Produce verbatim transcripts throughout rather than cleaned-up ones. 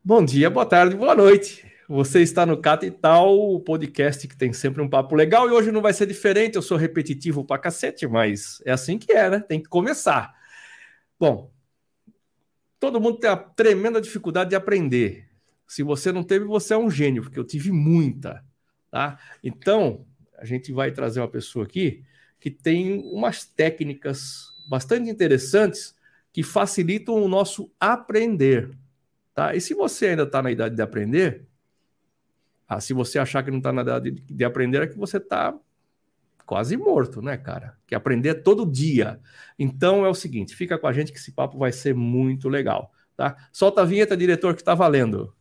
Bom dia, boa tarde, boa noite. Você está no Cata e Tal, o podcast que tem sempre um papo legal, e hoje não vai ser diferente. Eu sou repetitivo pra cacete, mas é assim que é, né? Tem que começar. Bom, todo mundo tem a tremenda dificuldade de aprender. Se você não teve, você é um gênio, porque eu tive muita, tá? Então, a gente vai trazer uma pessoa aqui que tem umas técnicas bastante interessantes que facilitam o nosso aprender, tá? E se você ainda está na idade de aprender, ah, se você achar que não está na idade de, de aprender, é que você está quase morto, né, cara? Que aprender é todo dia. Então é o seguinte, fica com a gente que esse papo vai ser muito legal, tá? Solta a vinheta, diretor, que tá valendo.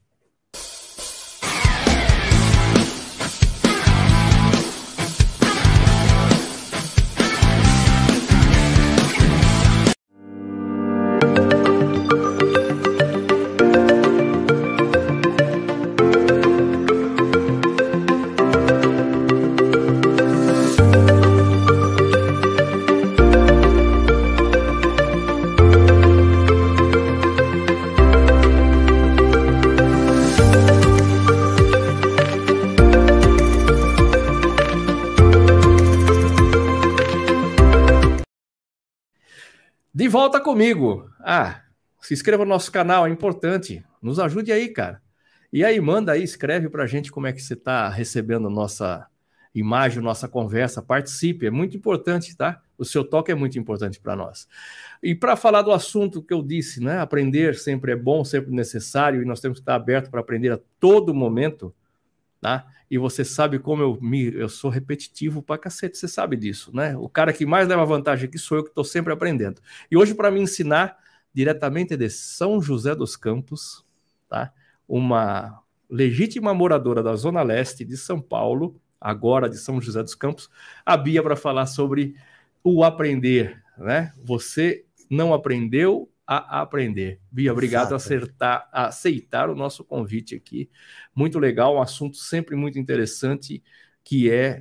De volta comigo. Ah, se inscreva no nosso canal, é importante. Nos ajude aí, cara. E aí, manda aí, escreve pra gente como é que você tá recebendo nossa imagem, nossa conversa. Participe, é muito importante, tá? O seu toque é muito importante para nós. E para falar do assunto que eu disse, né? Aprender sempre é bom, sempre necessário, e nós temos que estar aberto para aprender a todo momento, tá? E você sabe como eu, me, eu sou repetitivo pra cacete, você sabe disso, né? O cara que mais leva vantagem aqui sou eu, que estou sempre aprendendo. E hoje, para me ensinar, diretamente de São José dos Campos, tá? Uma legítima moradora da Zona Leste de São Paulo, agora de São José dos Campos, a Bia, para falar sobre o aprender, né? Você não aprendeu a aprender. Bia, obrigado por acertar, a aceitar o nosso convite aqui. Muito legal, um assunto sempre muito interessante, que é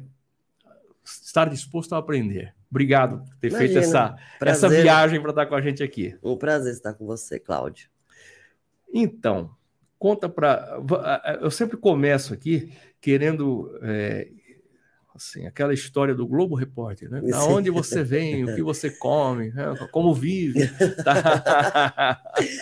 estar disposto a aprender. Obrigado por ter Imagina, feito essa, essa viagem para estar com a gente aqui. Um prazer estar com você, Cláudio. Então, conta para... Eu sempre começo aqui querendo... É, assim, aquela história do Globo Repórter, né? Da onde você vem, o que você come, né? Como vive. Tá?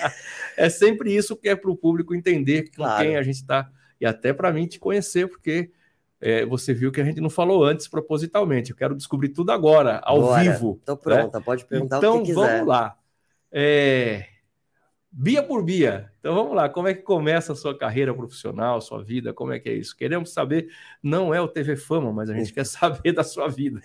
É sempre isso que é para o público entender com claro. Quem a gente está, e até para mim te conhecer, porque é, você viu que a gente não falou antes propositalmente. Eu quero descobrir tudo agora, ao Bora. vivo. Estou pronta, né? Pode perguntar então, o que quiser. Então, vamos lá. É... Bia por Bia. Então vamos lá, como é que começa a sua carreira profissional, sua vida, como é que é isso? Queremos saber, não é o T V Fama, mas a gente quer saber da sua vida.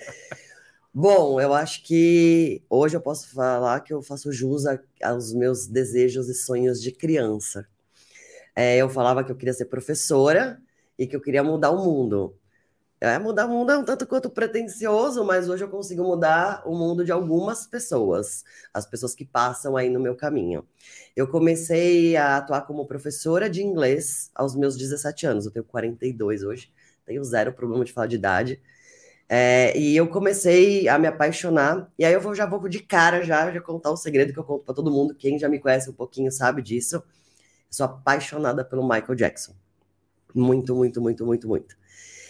Bom, eu acho que hoje eu posso falar que eu faço jus a, aos meus desejos e sonhos de criança. É, eu falava que eu queria ser professora e que eu queria mudar o mundo. É, mudar o mundo é um tanto quanto pretensioso, mas hoje eu consigo mudar o mundo de algumas pessoas, as pessoas que passam aí no meu caminho. Eu comecei a atuar como professora de inglês aos meus dezessete anos, eu tenho quarenta e dois hoje, tenho zero problema de falar de idade, é, e eu comecei a me apaixonar, e aí eu vou, já vou de cara já, já contar um segredo que eu conto para todo mundo, quem já me conhece um pouquinho sabe disso, eu sou apaixonada pelo Michael Jackson, muito, muito, muito, muito, muito.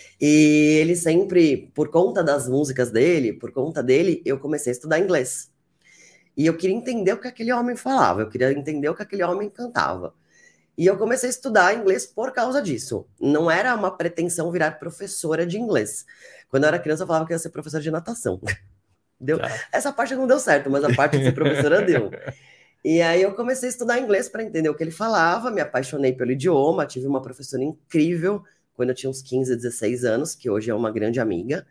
E ele sempre, por conta das músicas dele, por conta dele, eu comecei a estudar inglês. E eu queria entender o que aquele homem falava, eu queria entender o que aquele homem cantava. E eu comecei a estudar inglês por causa disso. Não era uma pretensão virar professora de inglês. Quando eu era criança, eu falava que ia ser professora de natação. Deu? Tá. Essa parte não deu certo, mas a parte de ser professora deu. E aí eu comecei a estudar inglês para entender o que ele falava, me apaixonei pelo idioma, tive uma professora incrível, quando eu tinha uns quinze, dezesseis anos, que hoje é uma grande amiga,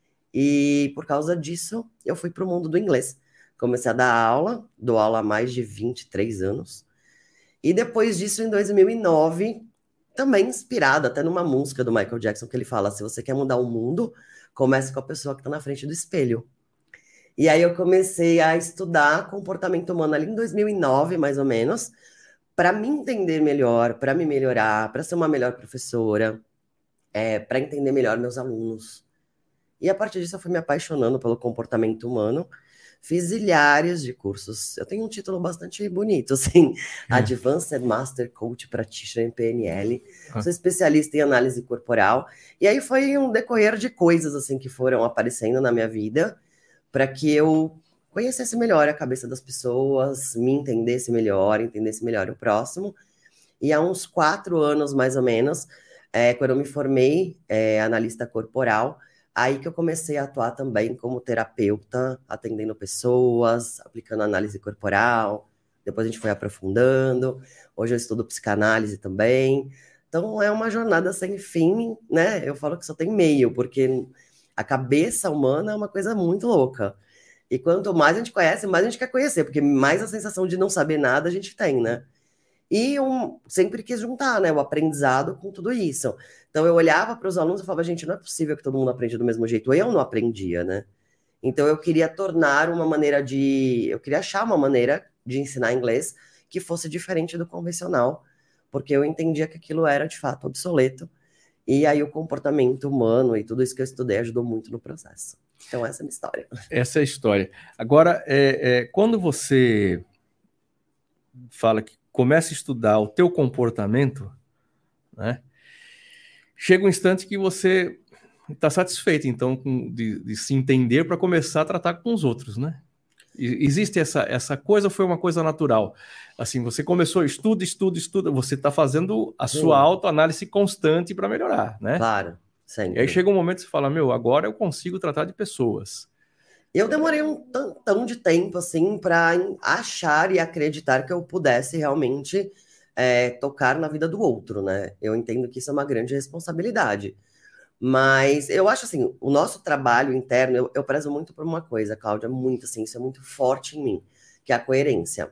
e por causa disso, eu fui para o mundo do inglês. Comecei a dar aula, dou aula há mais de vinte e três anos, e depois disso, em dois mil e nove, também inspirada até numa música do Michael Jackson, que ele fala, se você quer mudar o mundo, comece com a pessoa que está na frente do espelho. E aí eu comecei a estudar comportamento humano ali em dois mil e nove, mais ou menos, para me entender melhor, para me melhorar, para ser uma melhor professora, É, para entender melhor meus alunos. E a partir disso eu fui me apaixonando pelo comportamento humano. fiz milhares de cursos. Eu tenho um título bastante bonito, assim, hum. Advanced Master Coach Practitioner em P N L. Ah. Sou especialista em análise corporal. E aí foi um decorrer de coisas, assim, que foram aparecendo na minha vida para que eu conhecesse melhor a cabeça das pessoas, me entendesse melhor, entendesse melhor o próximo. E há uns quatro anos, mais ou menos, é, quando eu me formei é, analista corporal, aí que eu comecei a atuar também como terapeuta, atendendo pessoas, aplicando análise corporal. Depois a gente foi aprofundando. Hoje eu estudo psicanálise também. Então é uma jornada sem fim, né? Eu falo que só tem meio, porque a cabeça humana é uma coisa muito louca. E quanto mais a gente conhece, mais a gente quer conhecer, porque mais a sensação de não saber nada a gente tem, né? E eu sempre quis juntar, né, o aprendizado com tudo isso. Então eu olhava para os alunos e falava, gente, não é possível que todo mundo aprenda do mesmo jeito. Eu não aprendia, né? Então eu queria tornar uma maneira de... Eu queria achar uma maneira de ensinar inglês que fosse diferente do convencional, porque eu entendia que aquilo era, de fato, obsoleto. E aí o comportamento humano e tudo isso que eu estudei ajudou muito no processo. Então essa é a minha história. Essa é a história. Agora, é, é, quando você fala que começa a estudar o teu comportamento, né? Chega um instante que você está satisfeito, então, com, de, de se entender para começar a tratar com os outros, né? E, existe essa, essa coisa, foi uma coisa natural. Assim, você começou, estuda, estuda, estuda, você está fazendo a Sim. sua autoanálise constante para melhorar, né? Claro, sempre. E aí chega um momento que você fala, meu, agora eu consigo tratar de pessoas. Eu demorei um tantão de tempo, assim, para achar e acreditar que eu pudesse realmente é, tocar na vida do outro, né? Eu entendo que isso é uma grande responsabilidade. Mas eu acho, assim, o nosso trabalho interno, eu, eu prezo muito por uma coisa, Cláudia, muito, assim, isso é muito forte em mim, que é a coerência.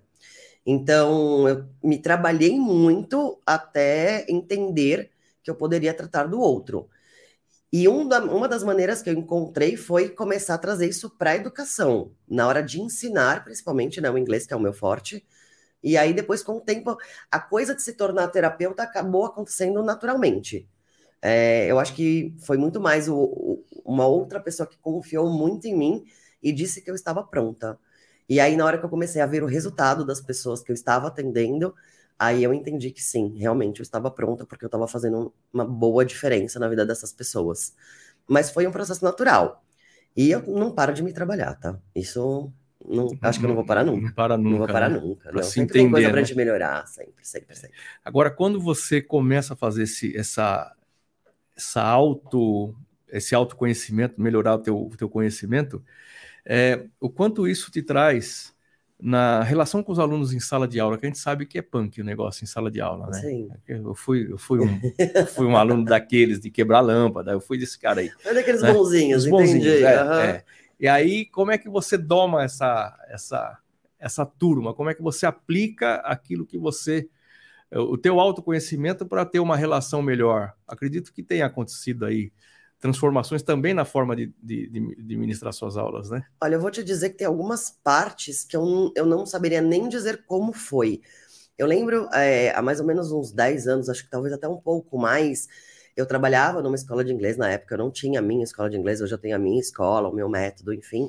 Então, eu me trabalhei muito até entender que eu poderia tratar do outro. E um da, uma das maneiras que eu encontrei foi começar a trazer isso para a educação, na hora de ensinar, principalmente, né, o inglês, que é o meu forte. E aí, depois, com o tempo, a coisa de se tornar terapeuta acabou acontecendo naturalmente. É, eu acho que foi muito mais o, o, uma outra pessoa que confiou muito em mim e disse que eu estava pronta. E aí, na hora que eu comecei a ver o resultado das pessoas que eu estava atendendo, aí eu entendi que sim, realmente eu estava pronta, porque eu estava fazendo uma boa diferença na vida dessas pessoas. Mas foi um processo natural. E eu não paro de me trabalhar, tá? Isso, não, acho que eu não vou parar nunca. Não para nunca, Não vou parar né? nunca. Pra Não. se Sempre entender, tem coisa pra né? gente melhorar, sempre, sempre, sempre. Agora, quando você começa a fazer esse, essa, essa auto, esse autoconhecimento, melhorar o teu, o teu conhecimento, é, o quanto isso te traz na relação com os alunos em sala de aula, que a gente sabe que é punk o negócio em sala de aula, né? Sim. Eu fui, eu fui, um, fui um aluno daqueles de quebrar lâmpada, eu fui desse cara aí. É daqueles né? bonzinhos, Os bonzinhos, entendi. é, Uhum. é. E aí, como é que você doma essa, essa, essa turma? Como é que você aplica aquilo que você... o teu autoconhecimento para ter uma relação melhor? Acredito que tenha acontecido aí transformações também na forma de, de, de ministrar suas aulas, né? Olha, eu vou te dizer que tem algumas partes que eu, eu não saberia nem dizer como foi. Eu lembro, é, há mais ou menos uns dez anos, acho que talvez até um pouco mais, eu trabalhava numa escola de inglês na época, eu não tinha a minha escola de inglês, hoje eu tenho a minha escola, o meu método, enfim.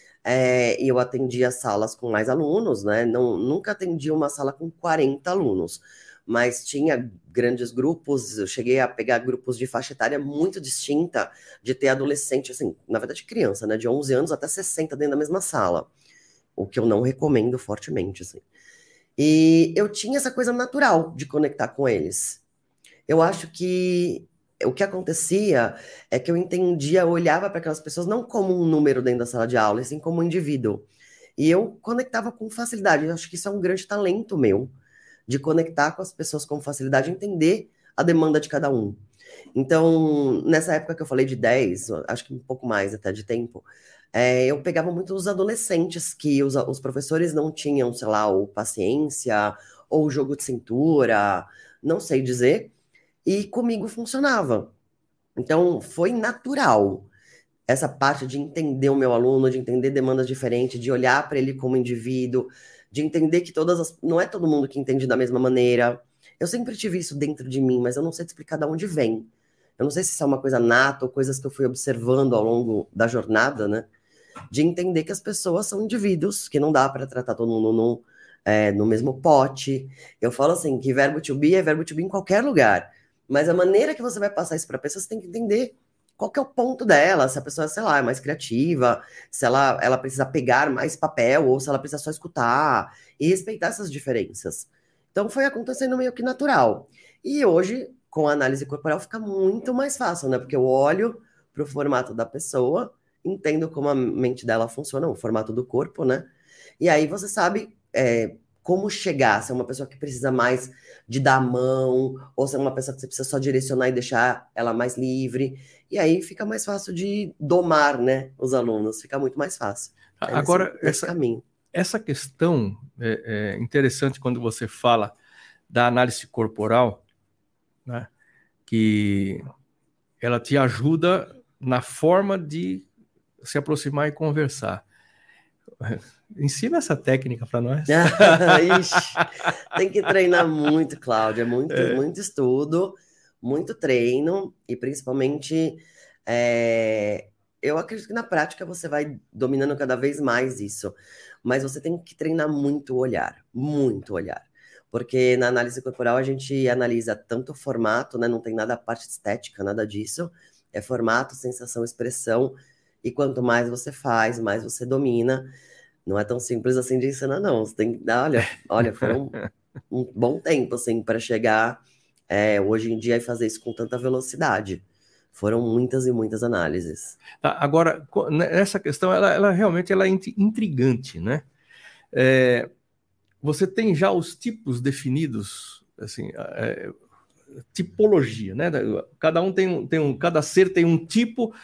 É, e eu atendia salas com mais alunos, né? Não, nunca atendi uma sala com quarenta alunos, mas tinha grandes grupos, eu cheguei a pegar grupos de faixa etária muito distinta, de ter adolescente, assim, na verdade criança, né, de onze anos até sessenta dentro da mesma sala, o que eu não recomendo fortemente, assim. E eu tinha essa coisa natural de conectar com eles. Eu acho que o que acontecia é que eu entendia, eu olhava para aquelas pessoas não como um número dentro da sala de aula, e sim como um indivíduo. E eu conectava com facilidade, eu acho que isso é um grande talento meu, de conectar com as pessoas com facilidade, entender a demanda de cada um. Então, nessa época que eu falei de dez, acho que um pouco mais até de tempo, é, eu pegava muito os adolescentes que os, os professores não tinham, sei lá, ou paciência, ou jogo de cintura, não sei dizer, e comigo funcionava. Então, foi natural essa parte de entender o meu aluno, de entender demandas diferentes, de olhar para ele como indivíduo, de entender que todas as... não é todo mundo que entende da mesma maneira. Eu sempre tive isso dentro de mim, mas eu não sei te explicar de onde vem. Eu não sei se isso é uma coisa nata ou coisas que eu fui observando ao longo da jornada, né? de entender que as pessoas são indivíduos, que não dá para tratar todo mundo no, é, no mesmo pote. Eu falo assim, que verbo to be é verbo to be em qualquer lugar, mas a maneira que você vai passar isso para a pessoa, você tem que entender qual que é o ponto dela, se a pessoa, sei lá, é mais criativa, se ela, ela precisa pegar mais papel, ou se ela precisa só escutar, e respeitar essas diferenças. Então foi acontecendo meio que natural. E hoje, com a análise corporal, fica muito mais fácil, né? Porque eu olho para o formato da pessoa, entendo como a mente dela funciona, o formato do corpo, né? E aí você sabe é, como chegar, se é uma pessoa que precisa mais de dar a mão, ou se é uma pessoa que você precisa só direcionar e deixar ela mais livre. E aí fica mais fácil de domar, né, os alunos, fica muito mais fácil. É Agora, nesse, nesse essa, caminho. essa questão é, é interessante quando você fala da análise corporal, né, que ela te ajuda na forma de se aproximar e conversar. Ensina essa técnica para nós. Ixi, tem que treinar muito, Cláudia, muito, é. muito estudo, muito treino, e principalmente, é, eu acredito que na prática você vai dominando cada vez mais isso, mas você tem que treinar muito o olhar, muito olhar, porque na análise corporal a gente analisa tanto o formato, né, não tem nada a parte estética, nada disso, é formato, sensação, expressão, e quanto mais você faz, mais você domina. Não é tão simples assim de ensinar, não. Você tem que dar, olha, olha, foram um bom tempo, assim, para chegar é, hoje em dia e fazer isso com tanta velocidade. Foram muitas e muitas análises. Tá, agora, essa questão, ela, ela realmente ela é intrigante, né? É, você tem já os tipos definidos, assim, é, tipologia, né? Cada um tem um, tem um, cada ser tem um tipo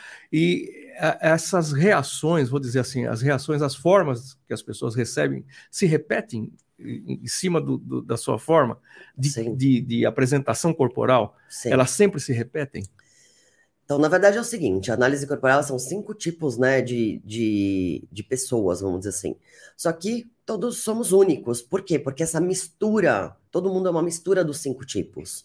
e essas reações, vou dizer assim, as reações, as formas que as pessoas recebem se repetem em cima do, do, da sua forma de, de, de apresentação corporal. Sim. Elas sempre se repetem? Então, na verdade é o seguinte, a análise corporal são cinco tipos, né, de, de, de pessoas, vamos dizer assim. Só que todos somos únicos. Por quê? Porque essa mistura, todo mundo é uma mistura dos cinco tipos.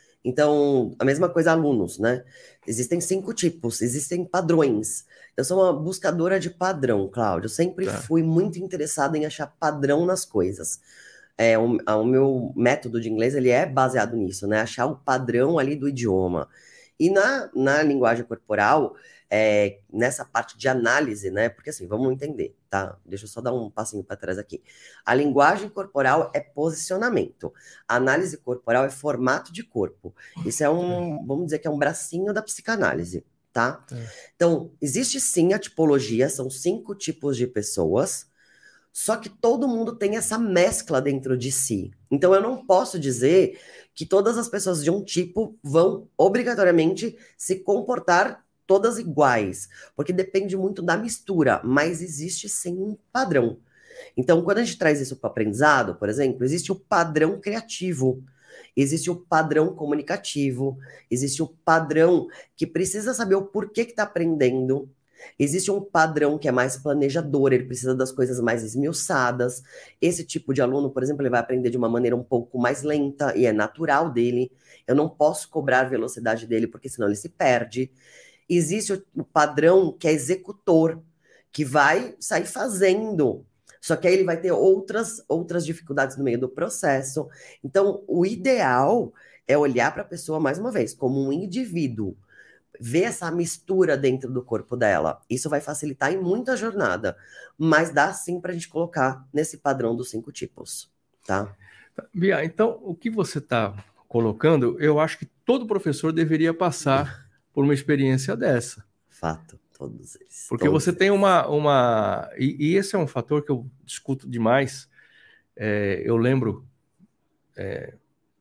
Então, a mesma coisa alunos, né? Existem cinco tipos, existem padrões. Eu sou uma buscadora de padrão, Cláudio. Eu sempre tá. fui muito interessada em achar padrão nas coisas. É, o, o meu método de inglês, ele é baseado nisso, né? Achar o padrão ali do idioma. E na, na linguagem corporal, é, nessa parte de análise, né? Porque assim, vamos entender, tá? Deixa eu só dar um passinho para trás aqui. A linguagem corporal é posicionamento. A análise corporal é formato de corpo. Isso é um, vamos dizer que é um bracinho da psicanálise, tá? É. Então, existe sim a tipologia, são cinco tipos de pessoas, só que todo mundo tem essa mescla dentro de si. Então, eu não posso dizer que todas as pessoas de um tipo vão obrigatoriamente se comportar todas iguais, porque depende muito da mistura, mas existe sim um padrão. Então, quando a gente traz isso para o aprendizado, por exemplo, existe o padrão criativo, existe o padrão comunicativo, existe o padrão que precisa saber o porquê que está aprendendo, existe um padrão que é mais planejador, ele precisa das coisas mais esmiuçadas. Esse tipo de aluno, por exemplo, ele vai aprender de uma maneira um pouco mais lenta e é natural dele. Eu não posso cobrar a velocidade dele, porque senão ele se perde. Existe o padrão que é executor, que vai sair fazendo. Só que aí ele vai ter outras, outras dificuldades no meio do processo. Então, o ideal é olhar para a pessoa, mais uma vez, como um indivíduo. Ver essa mistura dentro do corpo dela. Isso vai facilitar em muito a jornada. Mas dá sim para a gente colocar nesse padrão dos cinco tipos, tá? Bia, então, o que você está colocando, eu acho que todo professor deveria passar por uma experiência dessa. Fato, todos eles. Porque todos você eles. tem uma... uma e, e esse é um fator que eu discuto demais. É, eu lembro... É,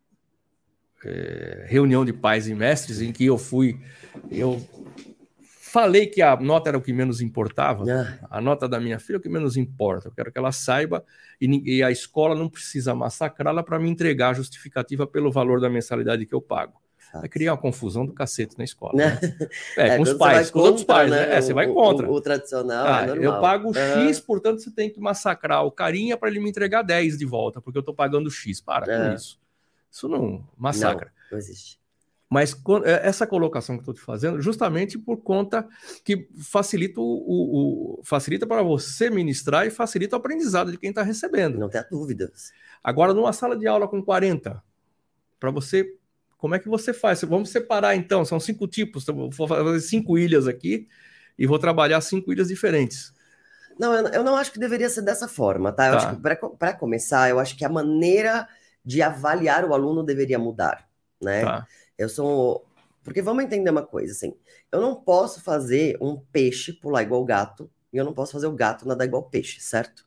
é, reunião de pais e mestres em que eu fui... Eu falei que a nota era o que menos importava. Ah. A nota da minha filha é o que menos importa. Eu quero que ela saiba e, e a escola não precisa massacrá-la para me entregar a justificativa pelo valor da mensalidade que eu pago. Vai criar uma confusão do cacete na escola. Né? É, é, com os pais, com os outros pais, né? né? É, você vai contra. O, o, o tradicional ah, é normal. Eu pago uhum. X, portanto você tem que massacrar o carinha para ele me entregar dez de volta, porque eu estou pagando X. Para uhum. com isso. Isso não massacra. Não, não existe. Mas essa colocação que eu estou te fazendo, justamente por conta que facilita, o, o, o, facilita para você ministrar e facilita o aprendizado de quem está recebendo. Não tenha dúvidas. Agora, numa sala de aula com quarenta, para você, como é que você faz? Vamos separar então, são cinco tipos, vou fazer cinco ilhas aqui e vou trabalhar cinco ilhas diferentes. Não, eu não acho que deveria ser dessa forma, tá? Eu Tá. acho que para começar, eu acho que a maneira de avaliar o aluno deveria mudar, né? Tá. Eu sou... Porque vamos entender uma coisa, assim, eu não posso fazer um peixe pular igual gato e eu não posso fazer o gato nadar igual peixe, certo?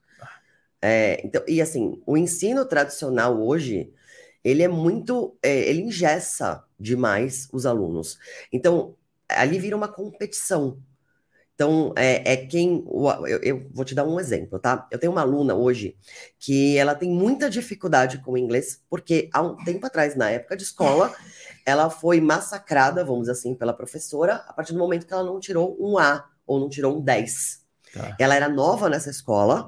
É, então, e assim, o ensino tradicional hoje, ele é muito... É, ele engessa demais os alunos. Então, ali vira uma competição. Então, é, é quem... Eu, eu vou te dar um exemplo, tá? Eu tenho uma aluna hoje que ela tem muita dificuldade com o inglês, porque há um tempo atrás, na época de escola, ela foi massacrada, vamos dizer assim, pela professora, a partir do momento que ela não tirou um A, ou não tirou um dez. Tá. Ela era nova nessa escola,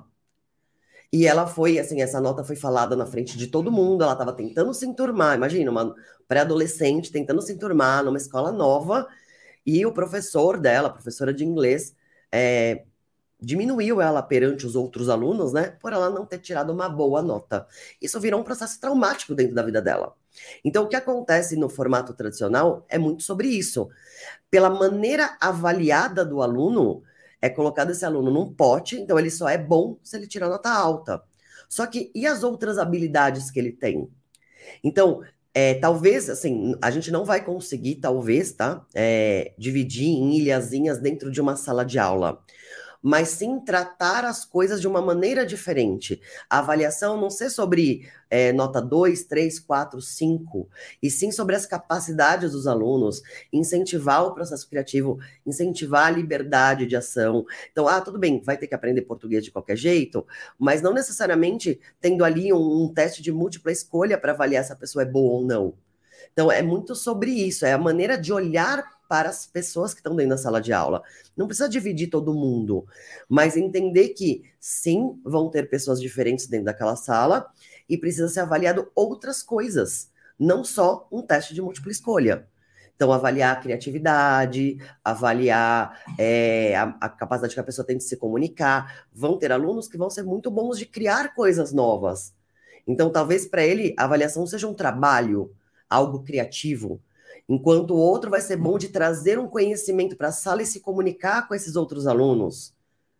e ela foi, assim, essa nota foi falada na frente de todo mundo, ela estava tentando se enturmar, imagina, uma pré-adolescente tentando se enturmar numa escola nova, e o professor dela, a professora de inglês, é, diminuiu ela perante os outros alunos, né? Por ela não ter tirado uma boa nota. Isso virou um processo traumático dentro da vida dela. Então, o que acontece no formato tradicional é muito sobre isso. Pela maneira avaliada do aluno, é colocado esse aluno num pote, então ele só é bom se ele tirar nota alta. Só que, e as outras habilidades que ele tem? Então, É, talvez, assim, a gente não vai conseguir, talvez, tá? É, dividir em ilhazinhas dentro de uma sala de aula. Mas sim tratar as coisas de uma maneira diferente. A avaliação não ser sobre é, nota dois, três, quatro, cinco, e sim sobre as capacidades dos alunos, incentivar o processo criativo, incentivar a liberdade de ação. Então, ah, tudo bem, vai ter que aprender português de qualquer jeito, mas não necessariamente tendo ali um, um teste de múltipla escolha para avaliar se a pessoa é boa ou não. Então, é muito sobre isso, é a maneira de olhar para as pessoas que estão dentro da sala de aula. Não precisa dividir todo mundo, mas entender que, sim, vão ter pessoas diferentes dentro daquela sala e precisa ser avaliado outras coisas, não só um teste de múltipla escolha. Então, avaliar a criatividade, avaliar é, a, a capacidade que a pessoa tem de se comunicar. Vão ter alunos que vão ser muito bons de criar coisas novas. Então, talvez para ele a avaliação seja um trabalho, algo criativo, enquanto o outro vai ser bom de trazer um conhecimento para a sala e se comunicar com esses outros alunos.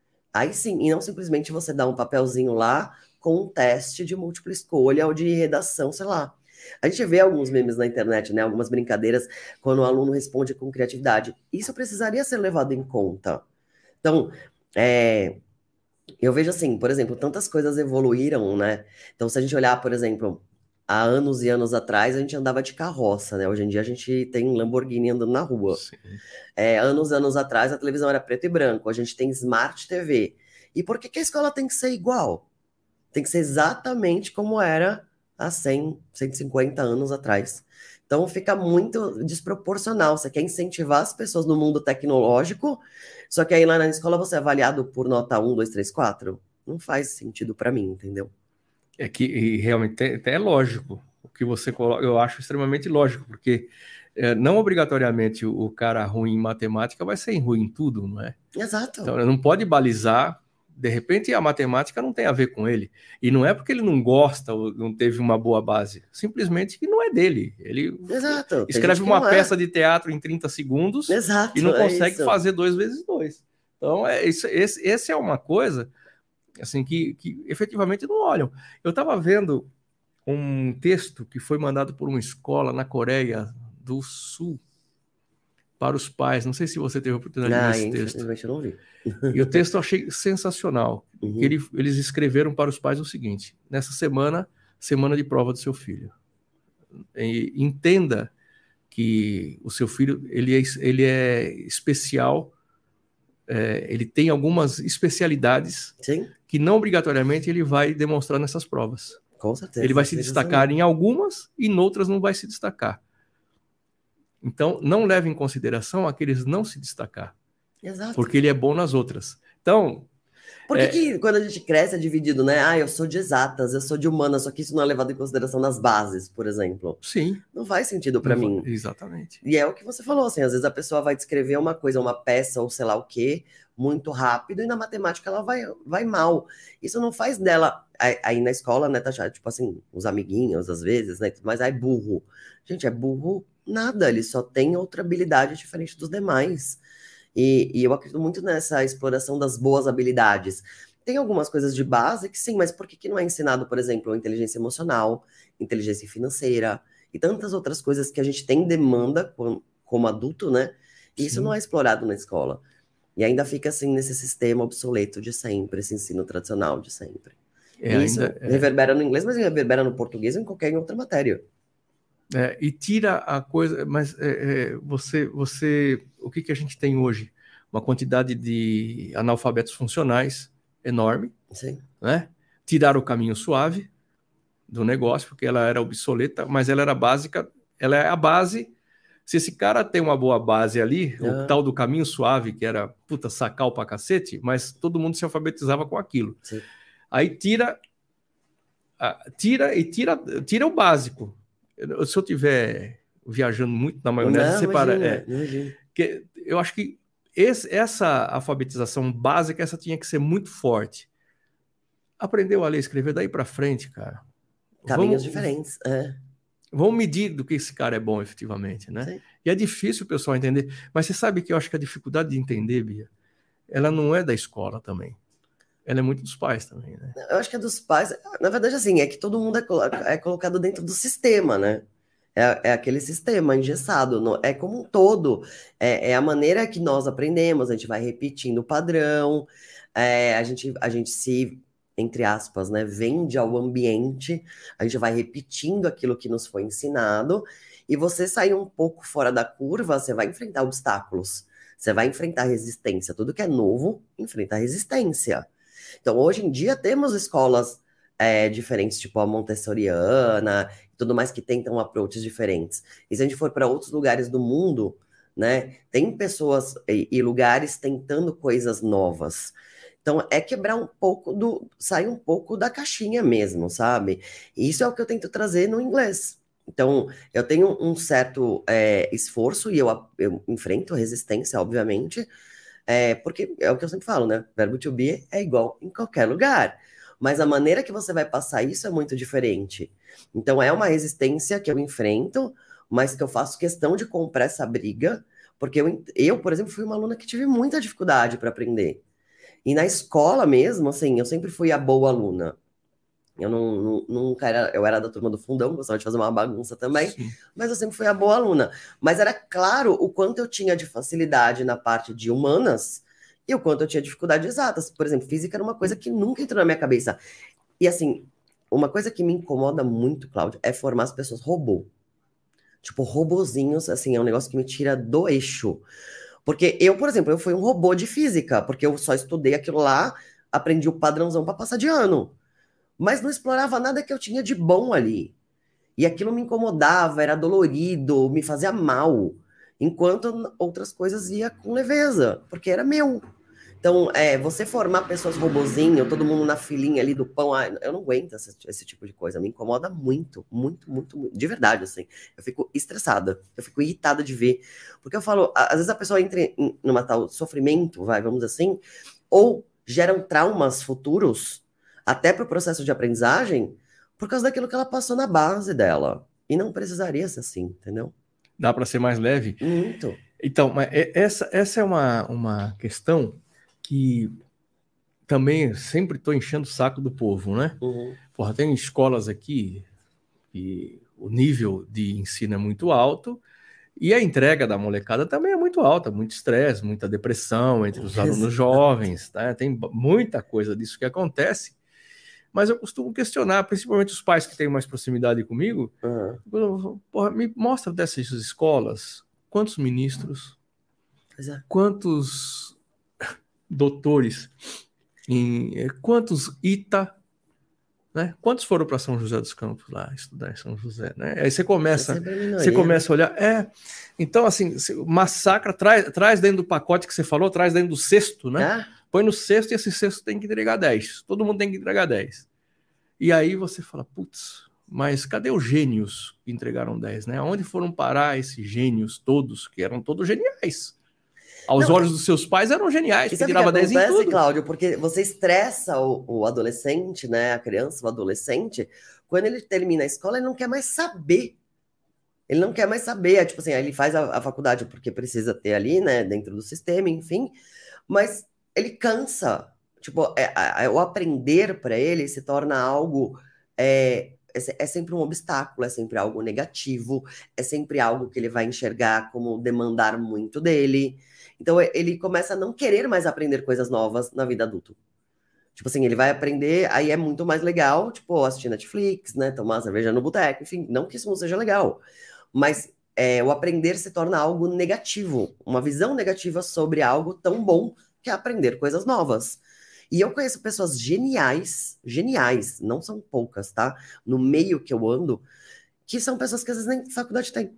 Aí sim, e não simplesmente você dar um papelzinho lá com um teste de múltipla escolha ou de redação, sei lá. A gente vê alguns memes na internet, né? Algumas brincadeiras quando o aluno responde com criatividade. Isso precisaria ser levado em conta. Então, é, eu vejo assim, por exemplo, tantas coisas evoluíram, né? Então, se a gente olhar, por exemplo, há anos e anos atrás, a gente andava de carroça, né? Hoje em dia a gente tem Lamborghini andando na rua. É, anos e anos atrás, a televisão era preto e branco. A gente tem Smart T V. E por que que a escola tem que ser igual? Tem que ser exatamente como era há cem, cento e cinquenta anos atrás. Então fica muito desproporcional. Você quer incentivar as pessoas no mundo tecnológico, só que aí lá na escola você é avaliado por nota um, dois, três, quatro. Não faz sentido para mim, entendeu? É que e realmente é, é lógico o que você coloca, eu acho extremamente lógico, porque é, não obrigatoriamente o, o cara ruim em matemática vai ser ruim em tudo, não é? Exato. Então não pode balizar, de repente a matemática não tem a ver com ele, e não é porque ele não gosta ou não teve uma boa base, simplesmente que não é dele. Ele Exato. escreve uma peça é. de teatro em trinta segundos Exato, e não consegue é fazer dois vezes dois. Então é, isso, esse, esse é uma coisa assim, que, que efetivamente não olham. Eu estava vendo um texto que foi mandado por uma escola na Coreia do Sul para os pais. Não sei se você teve a oportunidade ah, de ver esse texto. Eu não vi. E o texto eu achei sensacional. Uhum. Ele, eles escreveram para os pais o seguinte: nessa semana, semana de prova do seu filho. E entenda que o seu filho ele é, ele é especial. É, ele tem algumas especialidades Sim. que não obrigatoriamente ele vai demonstrar nessas provas. Com certeza. Ele vai se destacar em algumas e em outras não vai se destacar. Então, não leve em consideração aqueles não se destacar. Exato. Porque ele é bom nas outras. Então, Por que, é... que quando a gente cresce é dividido, né? Ah, eu sou de exatas, eu sou de humanas, só que isso não é levado em consideração nas bases, por exemplo. Sim. Não faz sentido para mim. Exatamente. E é o que você falou, assim, às vezes a pessoa vai descrever uma coisa, uma peça ou sei lá o quê, muito rápido, e na matemática ela vai, vai mal. Isso não faz dela, aí na escola, né, tá já, tipo assim, os amiguinhos, às vezes, né, mas aí burro. Gente, é burro nada, ele só tem outra habilidade diferente dos demais. E, e eu acredito muito nessa exploração das boas habilidades. Tem algumas coisas de base que sim, mas por que, que não é ensinado, por exemplo, inteligência emocional, inteligência financeira e tantas outras coisas que a gente tem demanda como, como adulto, né? E sim. Isso não é explorado na escola. E ainda fica assim nesse sistema obsoleto de sempre, esse ensino tradicional de sempre. É, e isso ainda, é... reverbera no inglês, mas reverbera no português ou em qualquer outra matéria. É, e tira a coisa, mas é, é, você, você, o que, que a gente tem hoje? Uma quantidade de analfabetos funcionais enorme, sim. Né? Tirar o caminho suave do negócio, porque ela era obsoleta, mas ela era básica, ela é a base. Se esse cara tem uma boa base ali, ah. o tal do caminho suave, que era, puta, sacal pra cacete, mas todo mundo se alfabetizava com aquilo. Sim. Aí tira, tira e tira, tira o básico. Se eu estiver viajando muito na maionese, não, você para. Imagina, é, que eu acho que esse, essa alfabetização básica, essa tinha que ser muito forte. Aprendeu a ler e escrever daí para frente, cara. Caminhos vamos, diferentes. É. Vamos medir do que esse cara é bom, efetivamente, né? Sim. E é difícil o pessoal entender. Mas você sabe que eu acho que a dificuldade de entender, Bia, ela não é da escola também. Ela é muito dos pais também, né? Eu acho que é dos pais. Na verdade, assim, é que todo mundo é, colo- é colocado dentro do sistema, né? É, é aquele sistema engessado. não- É como um todo. É, é a maneira que nós aprendemos. A gente vai repetindo o padrão. é, a gente, a gente se, entre aspas, né, vende ao ambiente. A gente vai repetindo aquilo que nos foi ensinado. E você sair um pouco fora da curva, você vai enfrentar obstáculos. Você vai enfrentar resistência. Tudo que é novo, enfrenta resistência. Então, hoje em dia, temos escolas é, diferentes, tipo a montessoriana e tudo mais, que tentam approaches diferentes. E se a gente for para outros lugares do mundo, né, tem pessoas e, e lugares tentando coisas novas. Então, é quebrar um pouco do... sair um pouco da caixinha mesmo, sabe? E isso é o que eu tento trazer no inglês. Então, eu tenho um certo é, esforço e eu, eu enfrento resistência, obviamente, é, porque é o que eu sempre falo, né? Verbo to be é igual em qualquer lugar. Mas a maneira que você vai passar isso é muito diferente. Então é uma resistência que eu enfrento, mas que eu faço questão de comprar essa briga, porque eu, eu por exemplo, fui uma aluna que tive muita dificuldade para aprender. E na escola mesmo, assim, eu sempre fui a boa aluna. Eu não, não, nunca era, eu era da turma do fundão, gostava de fazer uma bagunça também, Sim. mas eu sempre fui a boa aluna. Mas era claro o quanto eu tinha de facilidade na parte de humanas e o quanto eu tinha dificuldade de exatas. Por exemplo, física era uma coisa que nunca entrou na minha cabeça. E assim, uma coisa que me incomoda muito, Cláudio, é formar as pessoas robô. Tipo, robozinhos, assim, é um negócio que me tira do eixo. Porque eu, por exemplo, eu fui um robô de física, porque eu só estudei aquilo lá, aprendi o padrãozão para passar de ano. Mas não explorava nada que eu tinha de bom ali. E aquilo me incomodava, era dolorido, me fazia mal. Enquanto outras coisas ia com leveza, porque era meu. Então, é, você formar pessoas robozinho, todo mundo na filinha ali do pão, ah, eu não aguento esse, esse tipo de coisa. Me incomoda muito, muito, muito, muito. De verdade, assim. Eu fico estressada, eu fico irritada de ver. Porque eu falo, às vezes a pessoa entra em numa tal sofrimento, vai, vamos dizer assim, ou geram traumas futuros, até para o processo de aprendizagem, por causa daquilo que ela passou na base dela. E não precisaria ser assim, entendeu? Dá para ser mais leve? Muito. Então, mas essa, essa é uma, uma questão que também sempre estou enchendo o saco do povo, né? Uhum. Porra, tem escolas aqui e o nível de ensino é muito alto e a entrega da molecada também é muito alta, muito estresse, muita depressão entre os alunos jovens, tá? Tem muita coisa disso que acontece. Mas eu costumo questionar, principalmente os pais que têm mais proximidade comigo, uhum. Porra, me mostra dessas escolas, quantos ministros, é. quantos doutores, em, quantos I T A, né? Quantos foram para São José dos Campos lá estudar em São José, né? Aí você começa, você começa a olhar, é, então assim, massacra, traz, traz dentro do pacote que você falou, traz dentro do cesto, né? Ah? põe no cesto e esse cesto tem que entregar dez. Todo mundo tem que entregar dez. E aí você fala, putz, mas cadê os gênios que entregaram dez, né? Onde foram parar esses gênios todos, que eram todos geniais? Aos Não, olhos dos seus pais eram geniais, e que sabe o que tirava dez em acontece, tudo. Cláudio? Porque você estressa o, o adolescente, né? A criança, o adolescente, quando ele termina a escola, ele não quer mais saber. Ele não quer mais saber. É tipo assim, aí ele faz a, a faculdade porque precisa ter ali, né? Dentro do sistema, enfim. Mas ele cansa. Tipo, é, é, o aprender para ele se torna algo. É, é, é sempre um obstáculo, é sempre algo negativo, é sempre algo que ele vai enxergar como demandar muito dele. Então ele começa a não querer mais aprender coisas novas na vida adulta. Tipo assim, ele vai aprender, aí é muito mais legal, tipo, assistir Netflix, né? Tomar cerveja no boteco, enfim, não que isso não seja legal. Mas é, o aprender se torna algo negativo, uma visão negativa sobre algo tão bom que é aprender coisas novas. E eu conheço pessoas geniais, geniais, não são poucas, tá? No meio que eu ando, que são pessoas que às vezes nem faculdade têm.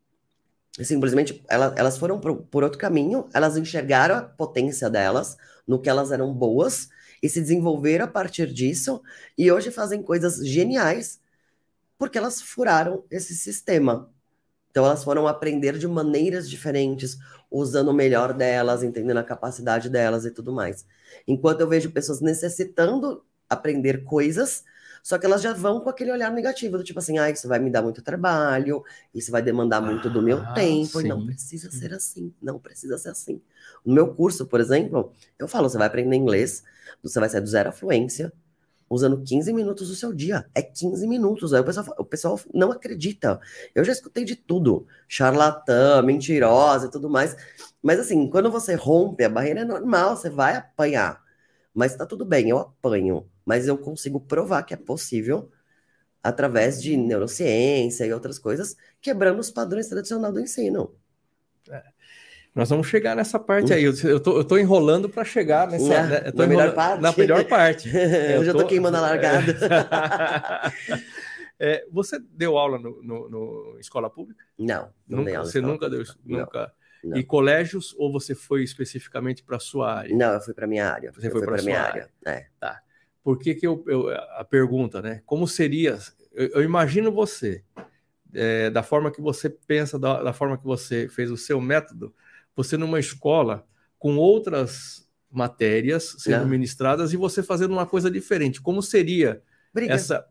Simplesmente ela, elas foram por, por outro caminho, elas enxergaram a potência delas, no que elas eram boas, e se desenvolveram a partir disso, e hoje fazem coisas geniais, porque elas furaram esse sistema. Então elas foram aprender de maneiras diferentes, usando o melhor delas, entendendo a capacidade delas e tudo mais. Enquanto eu vejo pessoas necessitando aprender coisas, só que elas já vão com aquele olhar negativo, do tipo assim, ah, isso vai me dar muito trabalho, isso vai demandar muito do meu Ah, tempo, sim, e não precisa sim. ser assim, não precisa ser assim. No meu curso, por exemplo, eu falo, você vai aprender inglês, você vai sair do zero à fluência, usando quinze minutos do seu dia. É quinze minutos. Aí o pessoal, o pessoal não acredita. Eu já escutei de tudo. Charlatã, mentirosa e tudo mais. Mas assim, quando você rompe a barreira, é normal, você vai apanhar. Mas tá tudo bem, eu apanho. Mas eu consigo provar que é possível através de neurociência e outras coisas, quebrando os padrões tradicionais do ensino. Nós vamos chegar nessa parte aí. Eu, eu, tô, eu tô enrolando para chegar nessa. Na, Né? Eu tô na melhor enrolando, parte? na melhor parte. Eu, Eu já tô, tô queimando a largada. É, você deu aula no, no, no escola pública? Não, não Nunca, dei aula você escola nunca deu, pública. nunca. Não. E colégios ou você foi especificamente para sua área? Não, eu fui para minha área. Você eu foi fui para minha sua área. área. É. Tá. Por que que eu, eu a pergunta, né? Como seria? Eu, eu imagino você é, da forma que você pensa, da, da forma que você fez o seu método, você numa escola com outras matérias sendo Não. ministradas e você fazendo uma coisa diferente. Como seria Briga. essa?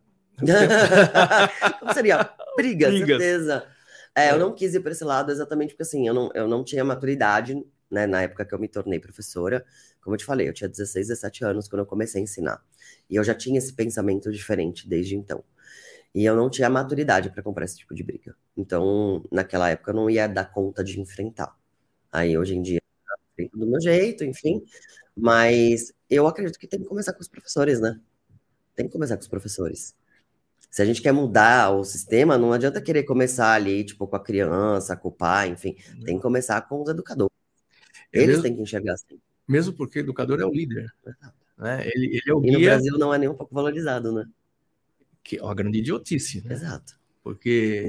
Como seria? Briga, Brigas. certeza. É, eu não quis ir para esse lado exatamente porque assim, eu não, eu não tinha maturidade, né, na época que eu me tornei professora. Como eu te falei, eu tinha dezesseis, dezessete anos quando eu comecei a ensinar. E eu já tinha esse pensamento diferente desde então. E eu não tinha maturidade para comprar esse tipo de briga. Então, naquela época, eu não ia dar conta de enfrentar. Aí, hoje em dia, eu enfrento do meu jeito, enfim. Mas eu acredito que tem que começar com os professores, né? Tem que começar com os professores. Se a gente quer mudar o sistema, não adianta querer começar ali, tipo, com a criança, com o pai, enfim. Tem que começar com os educadores. É Eles mesmo, têm que enxergar assim. mesmo porque o educador é o líder. Né? Ele, ele é o E no guia, Brasil não é nem um pouco valorizado, né? que é uma grande idiotice, né? Exato. Porque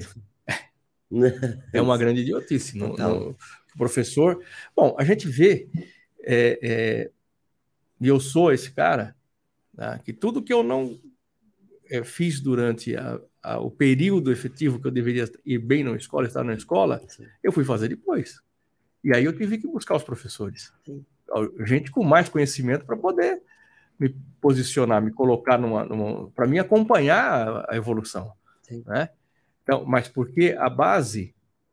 é uma grande idiotice. No, no, o professor... Bom, a gente vê, é, é, e eu sou esse cara, tá? Que tudo que eu não é, fiz durante a, a, o período efetivo que eu deveria ir bem na escola, estar na escola, Sim. eu fui fazer depois. E aí eu tive que buscar os professores. Sim. Gente com mais conhecimento para poder me posicionar, me colocar numa... numa para mim acompanhar a evolução. Sim. Né? Então, mas porque a base,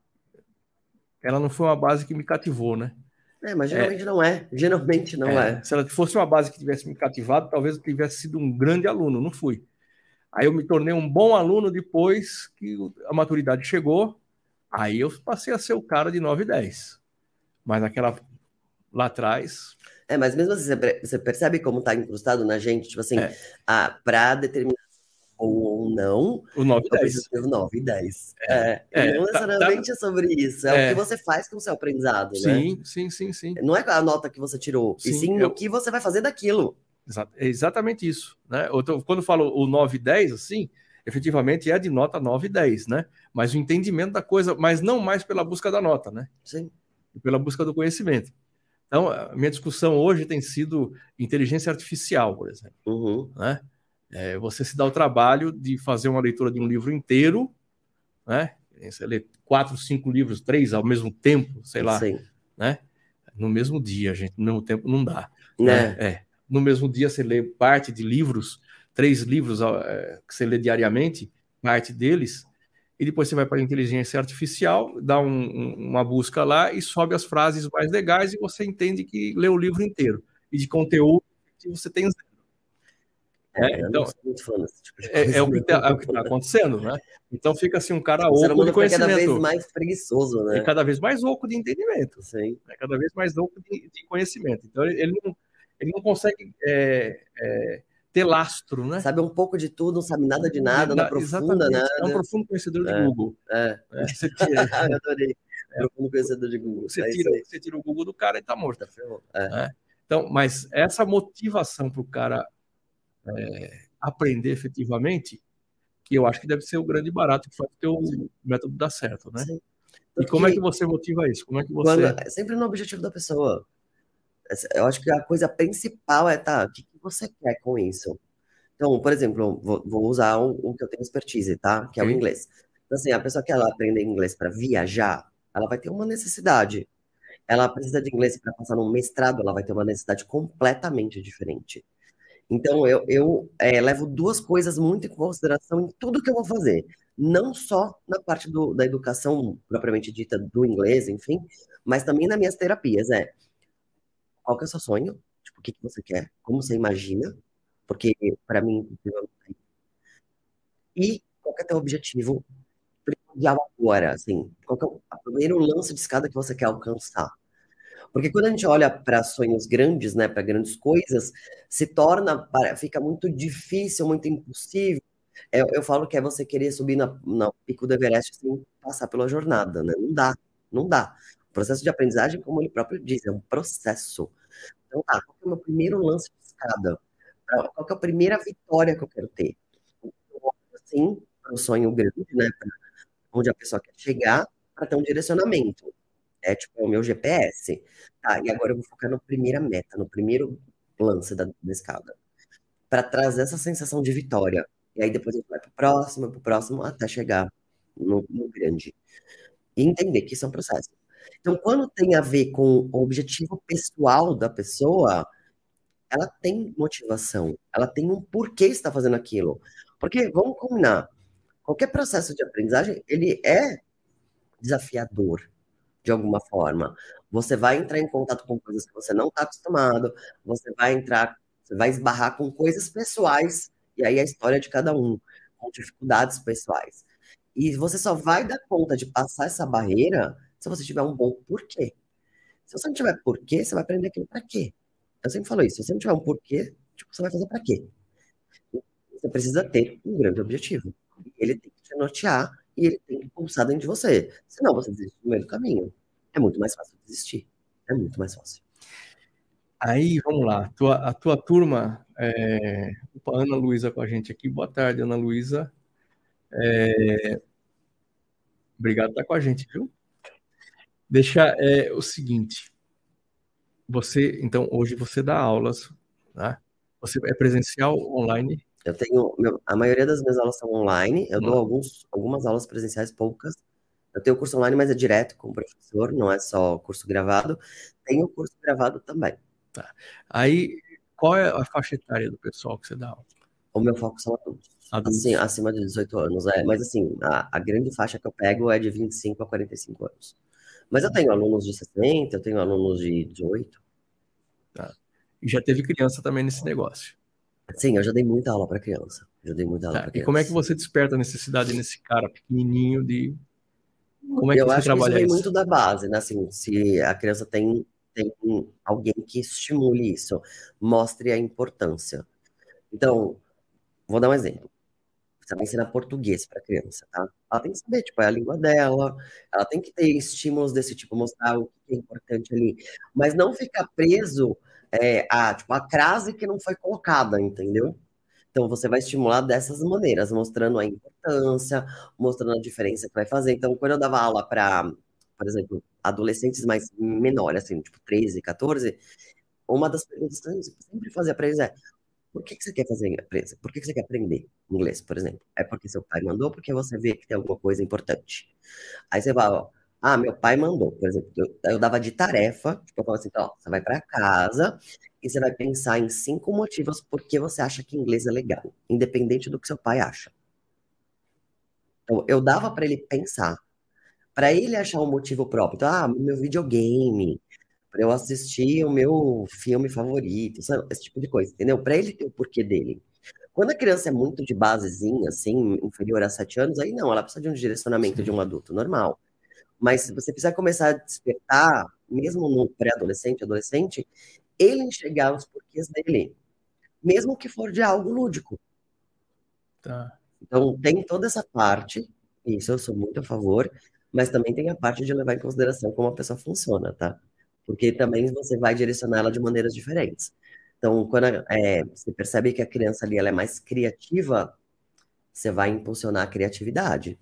ela não foi uma base que me cativou, né? É, mas geralmente é, não é. Geralmente não é, é. Se ela fosse uma base que tivesse me cativado, talvez eu tivesse sido um grande aluno. Não fui. Aí eu me tornei um bom aluno depois que a maturidade chegou. Aí eu passei a ser o cara de nove e dez. Mas naquela... lá atrás... É, mas mesmo assim, você percebe como está incrustado na gente? Tipo assim, é. ah, para determinar ou não, o nove e dez. Eu preciso nove e dez. É, é, não necessariamente tá, tá, é sobre isso. É, é o que você faz com o seu aprendizado, sim, né? Sim, sim, sim, sim. Não é a nota que você tirou, sim, e sim é o que você vai fazer daquilo. É exatamente isso. Né? Eu, quando eu falo o nove e dez, assim, efetivamente é de nota nove e dez, né? Mas o entendimento da coisa, mas não mais pela busca da nota, né? Sim. Pela busca do conhecimento. Então, a minha discussão hoje tem sido inteligência artificial, por exemplo. Uhum. Né? É, você se dá o trabalho de fazer uma leitura de um livro inteiro, né? Você lê quatro, cinco livros, três ao mesmo tempo, sei lá, Sim. né? No mesmo dia, gente, no mesmo tempo não dá. Né? Né? É. No mesmo dia você lê parte de livros, três livros é, que você lê diariamente, parte deles, e depois você vai para a inteligência artificial, dá um, um, uma busca lá e sobe as frases mais legais e você entende que lê o livro inteiro. E de conteúdo que você tem zero. É, É, eu então, não sou muito fã desse tipo de é, coisa. é o que está tá acontecendo, né? Então fica assim um cara O ser oco de humano fica cada vez conhecimento. mais preguiçoso, E né? cada vez mais oco de entendimento. Sim. É cada vez mais oco de, de conhecimento. Então ele, ele, não, ele não consegue é, é, ter lastro, né? Sabe um pouco de tudo, não sabe nada de nada, não aprofunda Exatamente. nada. É um profundo conhecedor de É, Google. é. É, você tira, Eu adorei. Profundo conhecedor de Google. você, É tira, isso aí. você tira o Google do cara e está morto. Tá ferrou. É. Né? Então, mas essa motivação para o cara é, aprender efetivamente, que eu acho que deve ser o grande barato que faz o teu Sim. método dar certo, né? Sim. E como é que você motiva isso? Como é que Quando, você... é sempre no objetivo da pessoa. Eu acho que a coisa principal é, tá, o que, que você quer com isso? Então, por exemplo, vou, vou usar o, o que eu tenho expertise, tá? Que é o Ok. inglês. Então, assim, a pessoa que ela aprender inglês para viajar, ela vai ter uma necessidade. Ela precisa de inglês para passar num mestrado, ela vai ter uma necessidade completamente diferente. Então, eu, eu é, levo duas coisas muito em consideração em tudo que eu vou fazer. Não só na parte do, da educação propriamente dita do inglês, enfim, mas também nas minhas terapias. É, qual que é o seu sonho? Tipo, o que que você quer? Como você imagina? Porque, para mim, e qual que é o teu objetivo primordial agora? Assim, qual que é o o primeiro lance de escada que você quer alcançar? Porque quando a gente olha para sonhos grandes, né, para grandes coisas, se torna, para- fica muito difícil, muito impossível. Eu, eu falo que é você querer subir na, no pico do Everest sem passar pela jornada, né? Não dá, não dá. O processo de aprendizagem, como ele próprio diz, é um processo. Então, tá, qual que é o meu primeiro lance de escada? Pra- Qual que é a primeira vitória que eu quero ter? Eu olho, assim, para um sonho grande, né, pra onde a pessoa quer chegar, para ter um direcionamento. É tipo, é o meu G P S. Tá, e agora eu vou focar na primeira meta, no primeiro lance da, da escada, para trazer essa sensação de vitória. E aí depois a gente vai pro próximo, pro próximo, até chegar no, no grande. E entender que isso é um processo. Então, quando tem a ver com o objetivo pessoal da pessoa, ela tem motivação, ela tem um porquê está fazendo aquilo. Porque, vamos combinar, qualquer processo de aprendizagem, ele é desafiador de alguma forma. Você vai entrar em contato com coisas que você não está acostumado, você vai entrar, você vai esbarrar com coisas pessoais, e aí a história de cada um, com dificuldades pessoais. E você só vai dar conta de passar essa barreira se você tiver um bom porquê. Se você não tiver porquê, você vai aprender aquilo para quê? Eu sempre falo isso, se você não tiver um porquê, tipo, você vai fazer para quê? Você precisa ter um grande objetivo. Ele tem que te nortear e ele tem que pulsar dentro de você. Senão você desiste no meio do caminho. É muito mais fácil desistir. É muito mais fácil. Aí, vamos lá. Tua, a tua turma, é... Opa, Ana Luísa com a gente aqui. Boa tarde, Ana Luísa. É... Obrigado por estar com a gente, viu? Deixa é, o seguinte. Você, então, hoje você dá aulas, né? Você é presencial, online? Eu tenho, meu- a maioria das minhas aulas são online. Eu dou Online. alguns, algumas aulas presenciais, poucas. Eu tenho curso online, mas é direto com o professor, não é só curso gravado. Tenho curso gravado também. Tá. Aí, qual é a faixa etária do pessoal que você dá aula? O meu foco são adultos. Assim, Adultos? acima de dezoito anos, é. Mas assim, a, a grande faixa que eu pego é de vinte e cinco a quarenta e cinco anos. Mas eu tenho alunos de sessenta, eu tenho alunos de dezoito. Tá. E já teve criança também nesse negócio. Sim, eu já dei muita aula para criança. Já dei muita aula Tá. para E como é que criança. você desperta a necessidade nesse cara pequenininho de... Como é que Eu você acho que isso trabalha vem isso? muito da base, né? Assim, se a criança tem, tem alguém que estimule isso, mostre a importância. Então, vou dar um exemplo. Você vai ensinar português para criança, tá? Ela tem que saber, tipo, é a língua dela, ela tem que ter estímulos desse tipo, mostrar o que é importante ali, mas não ficar preso é, a, tipo, a crase que não foi colocada, entendeu? Então, você vai estimular dessas maneiras, mostrando a importância, mostrando a diferença que vai fazer. Então, quando eu dava aula para, por exemplo, adolescentes mais menores, assim, tipo treze, quatorze, uma das perguntas que eu sempre fazia para eles é: por que que você quer fazer inglês? Por que que você quer aprender inglês, por exemplo? É porque seu pai mandou ou porque você vê que tem alguma coisa importante? Aí você vai, ó, ah, meu pai mandou, por exemplo, eu, eu dava de tarefa, tipo, eu falava assim, ó, você vai para casa e você vai pensar em cinco motivos por que você acha que inglês é legal, independente do que seu pai acha. Então, eu dava para ele pensar, para ele achar um motivo próprio. Então, ah, meu videogame, para eu assistir o meu filme favorito, sabe? Esse tipo de coisa, entendeu? Para ele ter o porquê dele. Quando a criança é muito de basezinha, assim, inferior a sete anos, aí não, ela precisa de um direcionamento de um adulto normal. Mas se você precisar começar a despertar, mesmo no pré-adolescente, adolescente, ele enxergar os porquês dele, mesmo que for de algo lúdico. Tá. Então, tem toda essa parte, isso eu sou muito a favor, mas também tem a parte de levar em consideração como a pessoa funciona, tá? Porque também você vai direcionar ela de maneiras diferentes. Então, quando é, você percebe que a criança ali ela é mais criativa, você vai impulsionar a criatividade.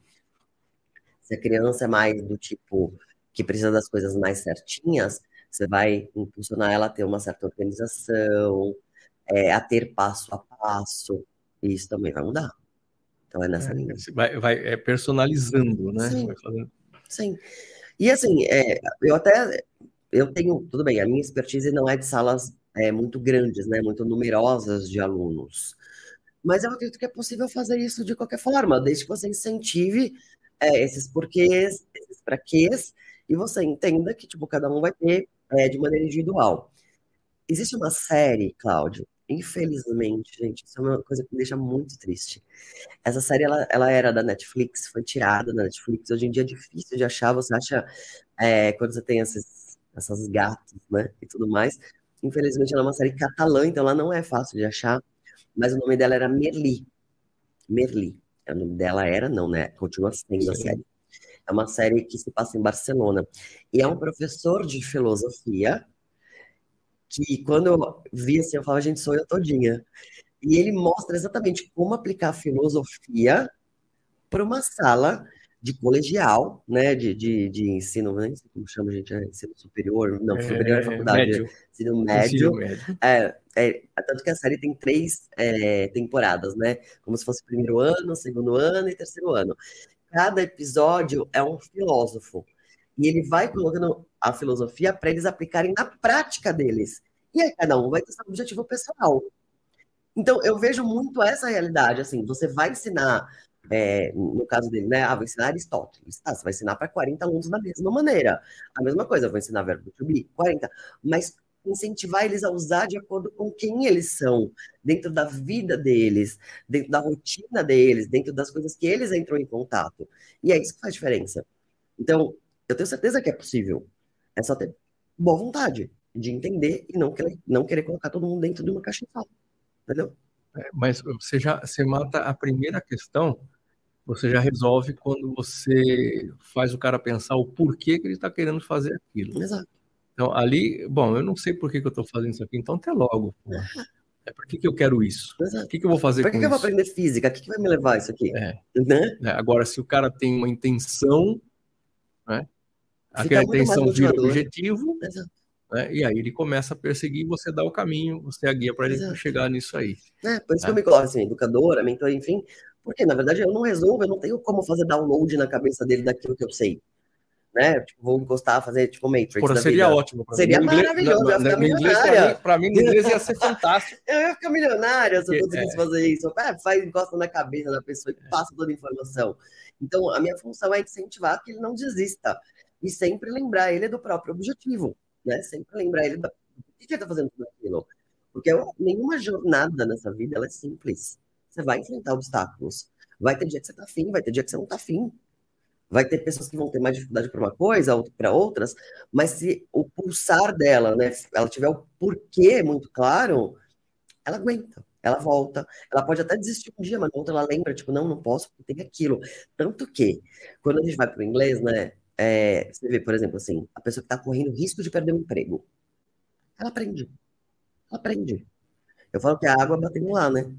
Se a criança é mais do tipo que precisa das coisas mais certinhas, você vai impulsionar ela a ter uma certa organização, é, a ter passo a passo, e isso também vai mudar. Então é nessa linha. É, vai, vai é, personalizando, né? Sim, Vai fazendo... sim. E assim, é, eu até eu tenho, tudo bem, a minha expertise não é de salas é, muito grandes, né, muito numerosas de alunos. Mas eu acredito que é possível fazer isso de qualquer forma, desde que você incentive é, esses porquês, esses praquês, e você entenda que tipo, cada um vai ter é, de maneira individual. Existe uma série, Cláudio, infelizmente, gente, isso é uma coisa que me deixa muito triste. Essa série, ela, ela era da Netflix, foi tirada da Netflix. Hoje em dia é difícil de achar, você acha é, quando você tem esses, essas gatos, né, e tudo mais. Infelizmente, ela é uma série catalã, então ela não é fácil de achar, mas o nome dela era Merli. Merli. O nome dela era, não, né? Continua sendo a Sim. série. É uma série que se passa em Barcelona. E é um professor de filosofia que, quando eu vi assim, eu falava, gente, sou eu todinha. E ele mostra exatamente como aplicar a filosofia para uma sala de colegial, né, de, de, de ensino, nem sei como chama, gente, é ensino superior, não, superior é É, faculdade, é médio. ensino Ensino médio, médio. é, é, tanto que a série tem três é, temporadas, né, como se fosse primeiro ano, segundo ano e terceiro ano. Cada episódio é um filósofo, e ele vai colocando a filosofia para eles aplicarem na prática deles, e aí cada um vai ter seu objetivo pessoal. Então, eu vejo muito essa realidade, assim, você vai ensinar, é, no caso dele, né, ah, vou ensinar Aristóteles, tá, você vai ensinar para quarenta alunos da mesma maneira, a mesma coisa, eu vou ensinar verbo to be, quarenta, mas incentivar eles a usar de acordo com quem eles são, dentro da vida deles, dentro da rotina deles, dentro das coisas que eles entram em contato, e é isso que faz diferença. Então, eu tenho certeza que é possível, é só ter boa vontade de entender e não querer, não querer colocar todo mundo dentro de uma caixa só. Entendeu? É, mas você já você mata a primeira questão, você já resolve quando você faz o cara pensar o porquê que ele está querendo fazer aquilo. Exato. Então, ali, bom, eu não sei por que que eu estou fazendo isso aqui, então até logo, pô. É por que que eu quero isso? O Exato. que que eu vou fazer Pra que com que eu vou isso? aprender física? O que que vai me levar isso aqui? É, Né? né? Agora, se o cara tem uma intenção, né? Fica Aquela muito mais intenção vira motivador. objetivo, Exato. né? E aí ele começa a perseguir, você dá o caminho, você é a guia para ele Exato. chegar nisso aí, É, por isso que eu né? me coloco assim, educadora, mentor, enfim, porque na verdade eu não resolvo, eu não tenho como fazer download na cabeça dele daquilo que eu sei, né? Tipo, vou encostar, fazer tipo Matrix Porra, da seria vida. ótimo para mim. Seria No inglês, na- maravilhoso, eu ia na- ficar no inglês para mim, milionária. para mim no inglês ia ser fantástico. Eu ia ficar milionária se eu Porque, conseguisse é, fazer isso. É, faz, encosta na cabeça da pessoa e passa toda a informação. Então, a minha função é incentivar que ele não desista. E sempre lembrar ele do próprio objetivo, né? Sempre lembrar ele da... do que ele está fazendo tudo aquilo. Porque eu- nenhuma jornada nessa vida ela é simples. Você vai enfrentar obstáculos. Vai ter dia que você tá afim, vai ter dia que você não tá afim. Vai ter pessoas que vão ter mais dificuldade para uma coisa, outra para outras, mas se o pulsar dela, né, ela tiver o porquê muito claro, ela aguenta, ela volta. Ela pode até desistir um dia, mas no outro ela lembra, tipo, não, não posso, porque tem aquilo. Tanto que, quando a gente vai para o inglês, né, é, você vê, por exemplo, assim, a pessoa que está correndo risco de perder o emprego, ela aprende, ela aprende. Eu falo que a água batendo lá, né?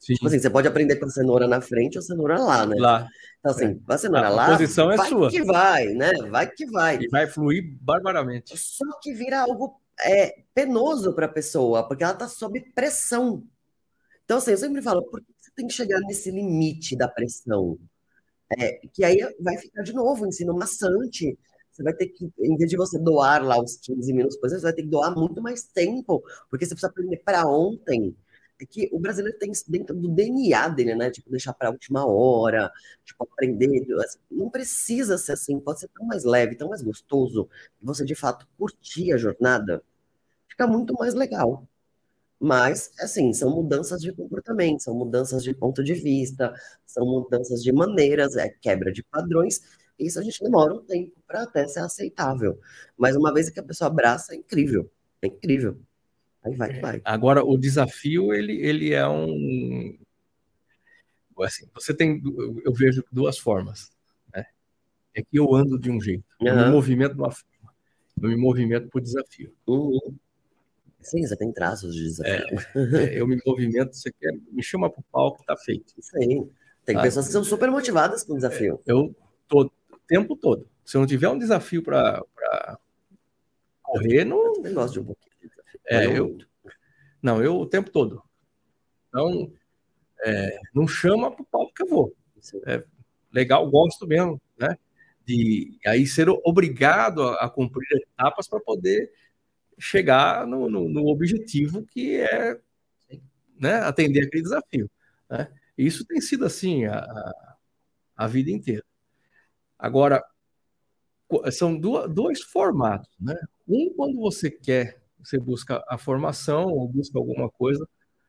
Sim. Tipo assim, você pode aprender com a cenoura na frente ou a cenoura lá, né? Lá. Então, assim, É. a cenoura A, a lá, posição é vai sua. que vai, né? Vai que vai. E vai fluir barbaramente. Só que vira algo é, penoso para a pessoa, porque ela está sob pressão. Então, assim, eu sempre falo, por que você tem que chegar nesse limite da pressão? É, que aí vai ficar de novo o ensino maçante. Você vai ter que, em vez de você doar lá os quinze minutos, por exemplo, você vai ter que doar muito mais tempo, porque você precisa aprender para ontem. É que o brasileiro tem isso dentro do D N A dele, né? Tipo, deixar para a última hora, tipo, aprender. Assim, não precisa ser assim, pode ser tão mais leve, tão mais gostoso, e você de fato curtir a jornada, fica muito mais legal. Mas, assim, são mudanças de comportamento, são mudanças de ponto de vista, são mudanças de maneiras, é quebra de padrões. E isso a gente demora um tempo para até ser aceitável. Mas uma vez que a pessoa abraça, é incrível. É incrível. Aí vai que vai. Agora, o desafio, ele, ele é um... Assim, você tem... Eu vejo duas formas, né? É que eu ando de um jeito, eu me Aham. movimento de uma forma, eu me movimento por desafio. Uhum. Sim, você tem traços de desafio. É, eu me movimento, você quer, me chama para o palco, tá feito. Sim. Tem Sabe? pessoas que são super motivadas com o desafio. Eu tô o tempo todo. Se eu não tiver um desafio para correr, não. Eu também gosto de um pouquinho de desafio. mas É, não eu, muito. não, eu o tempo todo. Então, é, não chama para o palco que eu vou. Sim. É legal, gosto mesmo, né? De aí ser obrigado a, a cumprir etapas para poder chegar no, no, no objetivo que é, né, atender aquele desafio, né? Isso tem sido assim a, a, a vida inteira. Agora, co- são duas, dois formatos, né? Um, quando você quer, você busca a formação ou busca alguma coisa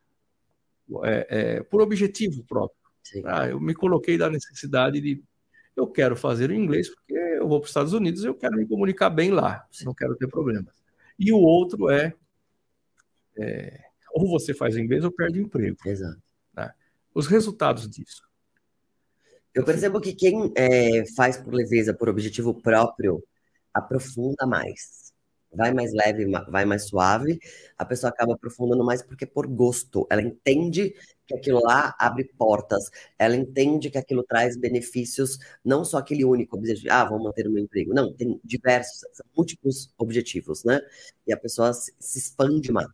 é, é, por objetivo próprio. Sim. Ah, eu me coloquei da necessidade de eu quero fazer o inglês porque eu vou para os Estados Unidos e eu quero me comunicar bem lá, não quero ter problemas. E o outro é, é ou você faz inglês ou perde o emprego. Exato. Né? Os resultados disso. Eu percebo que quem é, faz por leveza, por objetivo próprio, aprofunda mais. Vai mais leve, ma- vai mais suave, a pessoa acaba aprofundando mais porque é por gosto. Ela entende que aquilo lá abre portas, ela entende que aquilo traz benefícios, não só aquele único objetivo, ah, vou manter o meu emprego. Não, tem diversos, são múltiplos objetivos, né? E a pessoa se, se expande mais.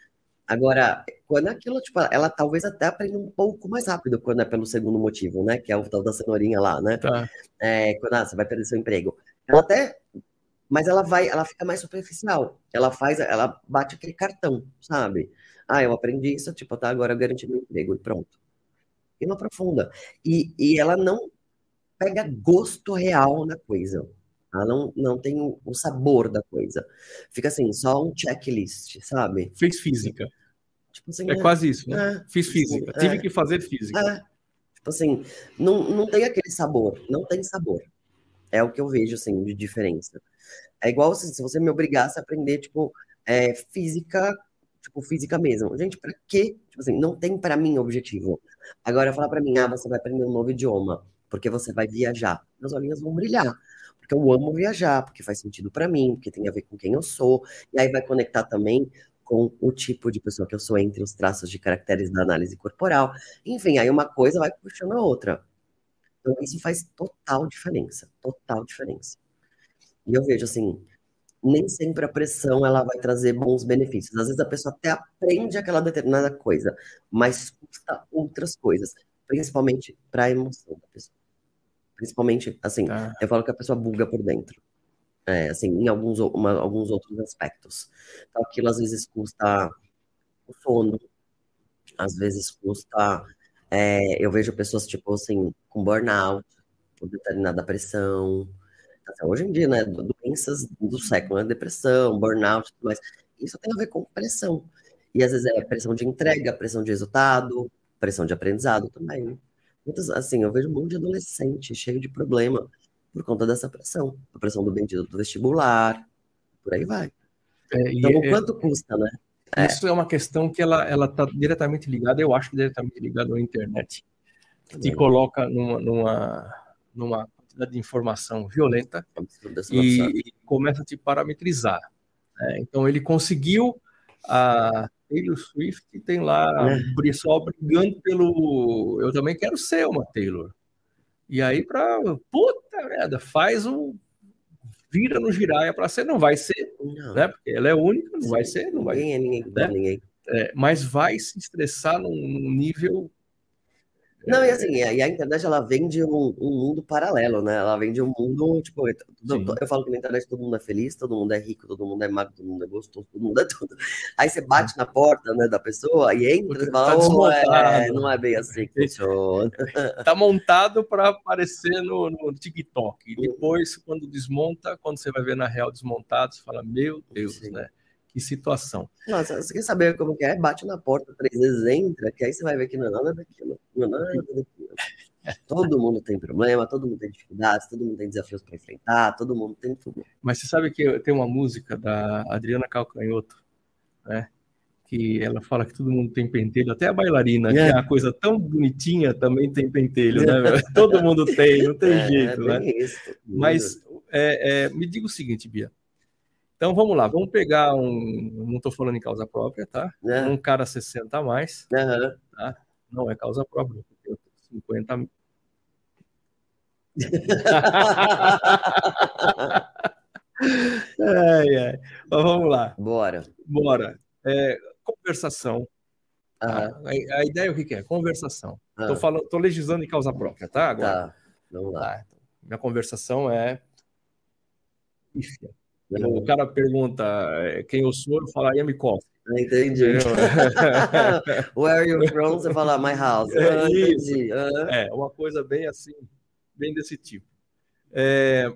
Agora, quando aquilo, tipo, ela talvez até aprenda um pouco mais rápido quando é pelo segundo motivo, né? Que é o tal da cenourinha lá, né? Tá. É, quando ah, você vai perder seu emprego. Ela até, mas ela vai, ela fica mais superficial. Ela faz, ela bate aquele cartão, sabe? Ah, eu aprendi isso, tipo, tá, agora eu garanti meu emprego e pronto. E não aprofunda. E, e ela não pega gosto real na coisa. Ela não, não tem o, o sabor da coisa. Fica assim, só um checklist, sabe? Fez física. Tipo assim, É é, quase isso, né? é, Fiz assim, física. Tive é, que fazer física. é. Tipo assim, não, não tem aquele sabor, não tem sabor. É o que eu vejo, assim, de diferença. É igual se, se você me obrigasse a aprender, tipo, é, física, tipo, física mesmo. Gente, pra quê? Tipo assim, não tem pra mim objetivo. Agora, falar pra mim, ah, você vai aprender um novo idioma, porque você vai viajar. Meus olhinhos vão brilhar. Porque eu amo viajar, porque faz sentido pra mim, porque tem a ver com quem eu sou. E aí vai conectar também com o tipo de pessoa que eu sou entre os traços de caracteres da análise corporal. Enfim, aí uma coisa vai puxando a outra. Então, isso faz total diferença, total diferença. E eu vejo assim, nem sempre a pressão ela vai trazer bons benefícios. Às vezes a pessoa até aprende aquela determinada coisa, mas custa outras coisas, principalmente para a emoção da pessoa. Principalmente, assim, Tá. eu falo que a pessoa buga por dentro, é, assim, em alguns, o- uma- alguns outros aspectos. Então, aquilo às vezes custa o sono, às vezes custa. É, eu vejo pessoas, tipo assim, com burnout, por determinada pressão. Assim, hoje em dia, né, do- doenças do século, né, depressão, burnout, tudo mais. Isso tem a ver com pressão. E às vezes é pressão de entrega, pressão de resultado, pressão de aprendizado também, né? Muitas, assim, eu vejo um monte de adolescente cheio de problema por conta dessa pressão. A pressão do bendito do vestibular, por aí vai. É, e Então, o é- quanto custa, né? isso é uma questão que ela ela está diretamente ligada, eu acho que diretamente ligada à internet, que te Também, coloca numa, numa, numa quantidade de informação violenta absurdo esse WhatsApp. e, e começa a te parametrizar. Né? Então, ele conseguiu a Taylor Swift tem lá né? o pessoal brigando pelo... Eu também quero ser uma Taylor. E aí, pra... Puta merda, faz um... Vira no giraia para ser, não vai ser, Não, né? Porque ela é única, não vai sim, ser, não vai, ninguém é ninguém igual a né? ninguém. É, mas vai se estressar num, num nível... Não, e assim, e a internet ela vende um, um mundo paralelo, né? Ela vende um mundo, tipo, eu, Sim. eu falo que na internet todo mundo é feliz, todo mundo é rico, todo mundo é magro, todo mundo é gostoso, todo mundo é tudo. Aí você bate na porta, né, da pessoa e entra e Tá fala, oh, é, desmontado. não é bem assim que funciona. Tá montado para aparecer no, no TikTok. E depois, quando desmonta, quando você vai ver na real desmontado, você fala, meu Deus, Sim. né? Que situação. Nossa, você quer saber como que é? Bate na porta três vezes, entra, que aí você vai ver que não é nada daquilo. Não é nada daquilo. Todo mundo tem problema, todo mundo tem dificuldades, todo mundo tem desafios para enfrentar, todo mundo tem tudo. Mas você sabe que tem uma música da Adriana Calcanhoto, né? Que ela fala que todo mundo tem pentelho, até a bailarina, que é uma coisa tão bonitinha, também tem pentelho, né? Todo mundo tem, não tem É, jeito, é né? bem isso. Mas é, é, me diga o seguinte, Bia. Então vamos lá, vamos pegar um. Não estou falando em causa própria, tá? É. Um cara sessenta a mais, Aham. tá? Não é causa própria, porque eu tenho cinquenta. Ai, ai. Mas vamos lá. Bora. Bora. É, conversação. Tá? Aham. A, a ideia é o que que é? Conversação. Estou Ah, falando, tô legislando em causa própria, tá? Agora. tá. Vamos lá. Tá. Minha conversação é pífia. O Aham. cara pergunta é, quem eu sou, eu falo, I am coffee. Entendi. Entendeu? Where are you from? Você fala my house. É Ah, isso. entendi. Aham. É, uma coisa bem assim, bem desse tipo. É,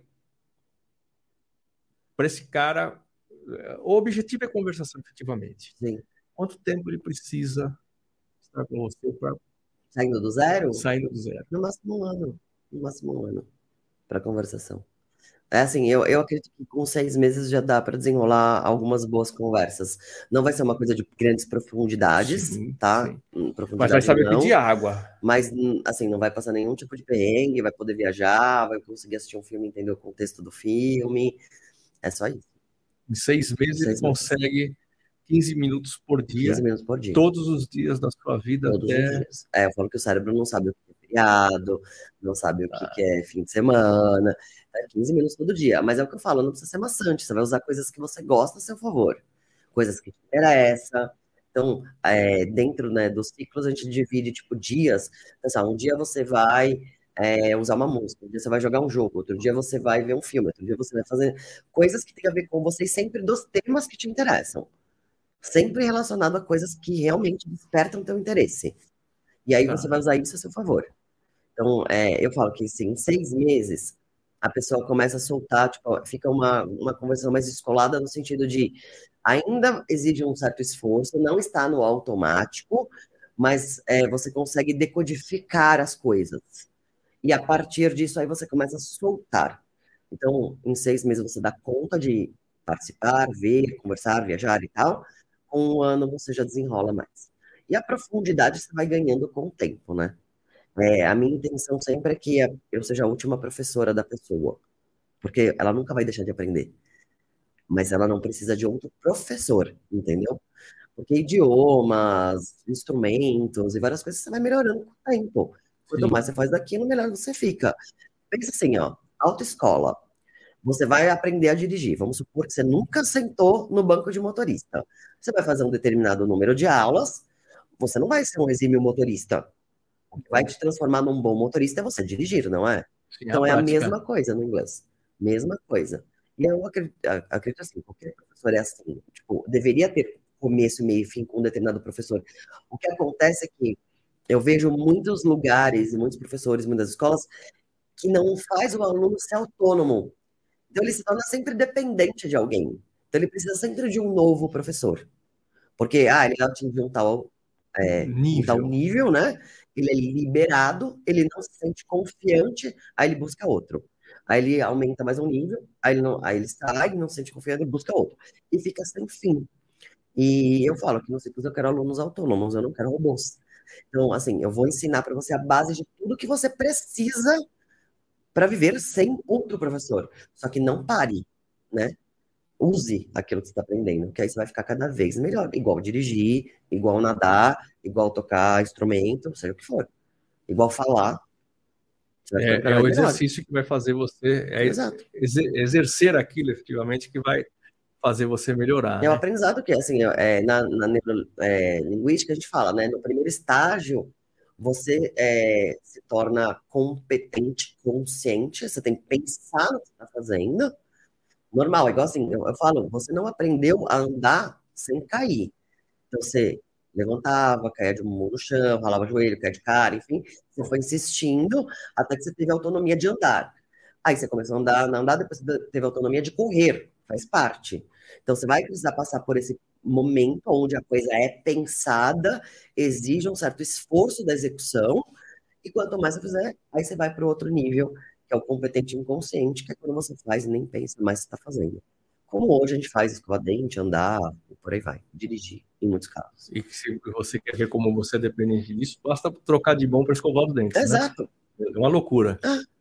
para esse cara, é, o objetivo é conversação, efetivamente. Sim. Quanto tempo ele precisa estar com você para Saindo do zero? sair do zero? No máximo um ano. No máximo um ano para conversação. É assim, eu, eu acredito que com seis meses já dá para desenrolar algumas boas conversas. Não vai ser uma coisa de grandes profundidades, Sim, tá? sim. Hum, Mas vai Profundidade saber não. pedir água. Mas, hum, assim, não vai passar nenhum tipo de perrengue, vai poder viajar, vai conseguir assistir um filme e entender o contexto do filme. É só isso. Em seis meses Seis ele meses. consegue quinze minutos por dia, quinze minutos por dia. todos os dias da sua vida Todos até... os dias. É, eu falo que o cérebro não sabe o que é feriado, não sabe o que, que é fim de semana. É quinze minutos todo dia. Mas é o que eu falo, não precisa ser maçante. Você vai usar coisas que você gosta a seu favor. Coisas que te interessam. Então, é, dentro, né, dos ciclos, a gente divide, tipo, dias. Então, assim, um dia você vai é, usar uma música, um dia você vai jogar um jogo, outro dia você vai ver um filme, outro dia você vai fazer coisas que tem a ver com você e sempre dos temas que te interessam. Sempre relacionado a coisas que realmente despertam teu interesse. E aí Tá. você vai usar isso a seu favor. Então, é, eu falo que assim, em seis meses, a pessoa começa a soltar, tipo, fica uma, uma conversação mais descolada no sentido de ainda exige um certo esforço, não está no automático, mas é, você consegue decodificar as coisas. E a partir disso, aí você começa a soltar. Então, em seis meses você dá conta de participar, ver, conversar, viajar e tal. Com um ano você já desenrola mais. E a profundidade você vai ganhando com o tempo, né? É, a minha intenção sempre é que eu seja a última professora da pessoa, porque ela nunca vai deixar de aprender, mas ela não precisa de outro professor, entendeu? Porque idiomas, instrumentos e várias coisas você vai melhorando com o tempo. Quanto Sim. mais você faz daquilo, melhor você fica. Pensa assim, ó, autoescola. Você vai aprender a dirigir. Vamos supor que você nunca sentou no banco de motorista. Você vai fazer um determinado número de aulas, você não vai ser um exímio motorista. O que vai te transformar num bom motorista é você dirigir, não é? Sim, Então a é a prática. mesma coisa no inglês. Mesma coisa. E eu acredito, acredito assim, qualquer professor é assim. Tipo, deveria ter começo, meio e fim com um determinado professor. O que acontece é que eu vejo muitos lugares e muitos professores, muitas escolas, que não faz o aluno ser autônomo. Então ele se torna sempre dependente de alguém. Então ele precisa sempre de um novo professor. Porque, ah, ele atingiu um tal, é, um tal Nível. nível, né? Ele é liberado, ele não se sente confiante, aí ele busca outro. Aí ele aumenta mais um nível, aí ele, não, aí ele sai, não se sente confiante, e busca outro. E fica sem fim. E eu falo que no Ciclos eu quero alunos autônomos, eu não quero robôs. Então, assim, eu vou ensinar para você a base de tudo que você precisa para viver sem outro professor. Só que não pare, né? use aquilo que você está aprendendo, que aí você vai ficar cada vez melhor. Igual dirigir, igual nadar, igual tocar instrumento, seja o que for. Igual falar, você vai ficando É, cada é vez o melhor. exercício que vai fazer você é, Exato. exer- exercer aquilo efetivamente que vai fazer você melhorar, É um né? aprendizado que, assim, é, na, na neuro- é, linguística a gente fala, né? No primeiro estágio, você é, se torna competente, consciente, você tem que pensar no que você está fazendo. Normal, igual assim, eu, eu falo, você não aprendeu a andar sem cair. Então você levantava, caía de um no chão, ralava o joelho, caía de cara, enfim, você foi insistindo até que você teve autonomia de andar. Aí você começou a andar, a andar, depois você teve autonomia de correr, faz parte. Então você vai precisar passar por esse momento onde a coisa é pensada, exige um certo esforço da execução, e quanto mais você fizer, aí você vai para o outro nível, que é o competente inconsciente, que é quando você faz e nem pensa mais que está fazendo. Como hoje a gente faz escovar dente, andar, e por aí vai, dirigir, em muitos casos. E que se você quer ver como você é dependente disso, basta trocar de mão para escovar os dentes, né? Exato. É uma loucura.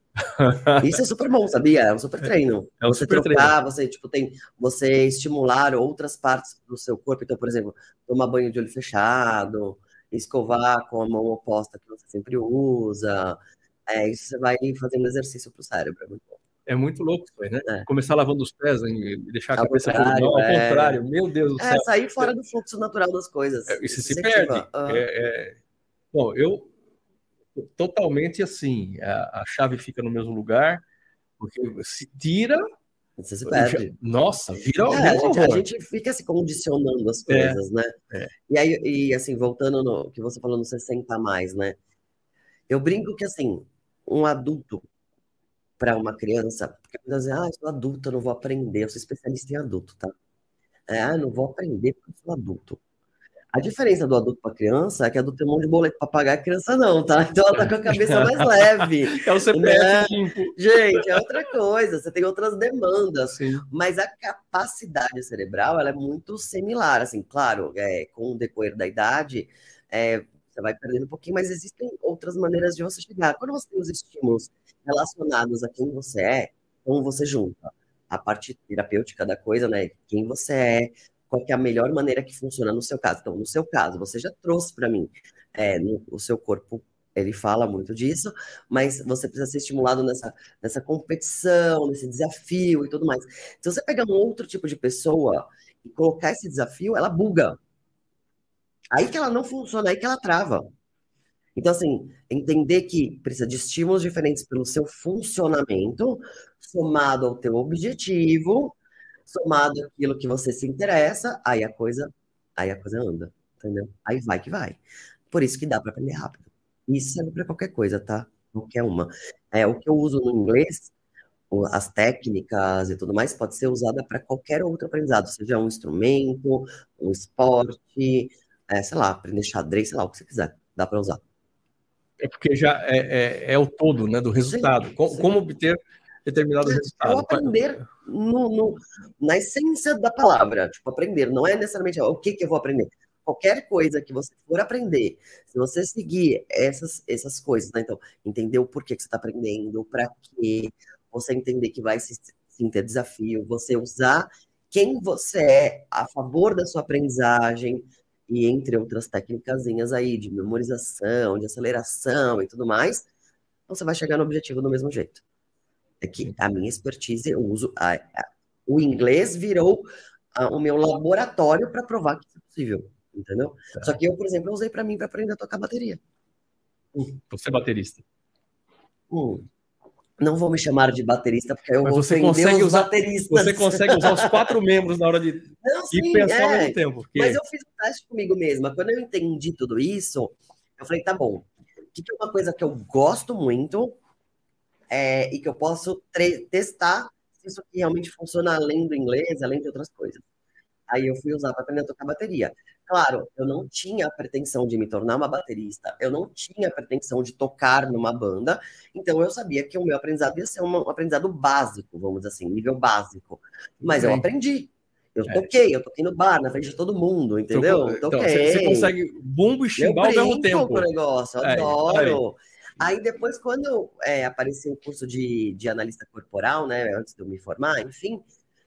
Isso é super bom, sabia? É um super treino. É um Você super treino. trocar, você, tipo, tem, você estimular outras partes do seu corpo. Então, por exemplo, tomar banho de olho fechado, escovar com a mão oposta que você sempre usa. É, isso você vai fazendo exercício pro cérebro. É muito bom. É muito louco isso aí, né? É. Começar lavando os pés e deixar a Ao cabeça por contrário, não, ao é... contrário, meu Deus do É, céu. sair fora do fluxo natural das coisas. Isso Isso se perde. incentiva. Aham. É, é... Bom, eu totalmente assim, a, a chave fica no mesmo lugar, porque se tira, Você se já- perde. nossa, vira, É, vira a um gente, a horror. gente fica se condicionando as É, coisas, né? é. E aí, e assim, voltando no que você falou no sessenta a mais, né? Eu brinco que, assim, um adulto para uma criança, porque muitas vezes, ah, eu sou adulto, eu não vou aprender, eu sou especialista em adulto, tá? É, ah, eu não vou aprender porque eu sou adulto. A diferença do adulto para criança é que adulto tem um monte de boleto para pagar, a criança não, tá? Então ela tá com a cabeça mais leve, É o C P né? F limpo. Gente, é outra coisa, você tem outras demandas, Sim. mas a capacidade cerebral, ela é muito similar, assim, claro, é, com o decorrer da idade, é, você vai perdendo um pouquinho, mas existem outras maneiras de você chegar. Quando você tem os estímulos relacionados a quem você é, como você junta a parte terapêutica da coisa, né? Quem você é, qual que é a melhor maneira que funciona no seu caso. Então, no seu caso, você já trouxe para mim, é, no, o seu corpo, ele fala muito disso, mas você precisa ser estimulado nessa, nessa competição, nesse desafio e tudo mais. Se você pegar um outro tipo de pessoa e colocar esse desafio, ela buga. Aí que ela não funciona, aí que ela trava. Então, assim, entender que precisa de estímulos diferentes pelo seu funcionamento, somado ao teu objetivo, somado àquilo que você se interessa, aí a coisa, aí a coisa anda, entendeu? Aí vai que vai. Por isso que dá para aprender rápido. Isso serve para qualquer coisa, tá? Qualquer uma. É, o que eu uso no inglês, o- as técnicas e tudo mais, pode ser usada para qualquer outro aprendizado, seja um instrumento, um esporte, é, sei lá, aprender xadrez, sei lá, o que você quiser, dá para usar. É porque já é, é, é o todo, né, do resultado. Sim, Como, sim. como obter determinado É o resultado. aprender no, no- na essência da palavra. Tipo, aprender. Não é necessariamente o que, que eu vou aprender. Qualquer coisa que você for aprender, se você seguir essas, essas coisas, né? Então, entender o porquê que você está aprendendo, para quê, você entender que vai se, sim ter desafio, você usar quem você é a favor da sua aprendizagem, e entre outras técnicas aí de memorização, de aceleração e tudo mais, você vai chegar no objetivo do mesmo jeito. É que a minha expertise, eu uso. A, a- o inglês virou a- o meu laboratório para provar que isso é possível, entendeu? Só que eu, por exemplo, eu usei para mim para aprender a tocar bateria. Você é baterista. Hum, não vou me chamar de baterista, porque eu Mas vou você ofender consegue os usar, bateristas. você consegue usar os quatro membros na hora de Não, e sim, pensar ao é. mesmo tempo. Porque... Mas eu fiz um teste comigo mesma. Quando eu entendi tudo isso, eu falei, tá bom. O que, que é uma coisa que eu gosto muito é, e que eu posso testar se isso aqui realmente funciona além do inglês, além de outras coisas. Aí eu fui usar para aprender a tocar bateria. Claro, eu não tinha a pretensão de me tornar uma baterista, eu não tinha a pretensão de tocar numa banda, então eu sabia que o meu aprendizado ia ser um aprendizado básico, vamos dizer assim, nível básico. Mas eu Bem. aprendi. Eu É. toquei, eu toquei no bar, na frente de todo mundo, entendeu? Então, Toquei. você consegue bumbo e Eu chimbal ao mesmo brinco tempo. com o negócio, eu Aí, adoro. Aí depois, quando é, apareceu o curso de, de analista corporal, né, antes de eu me formar, enfim,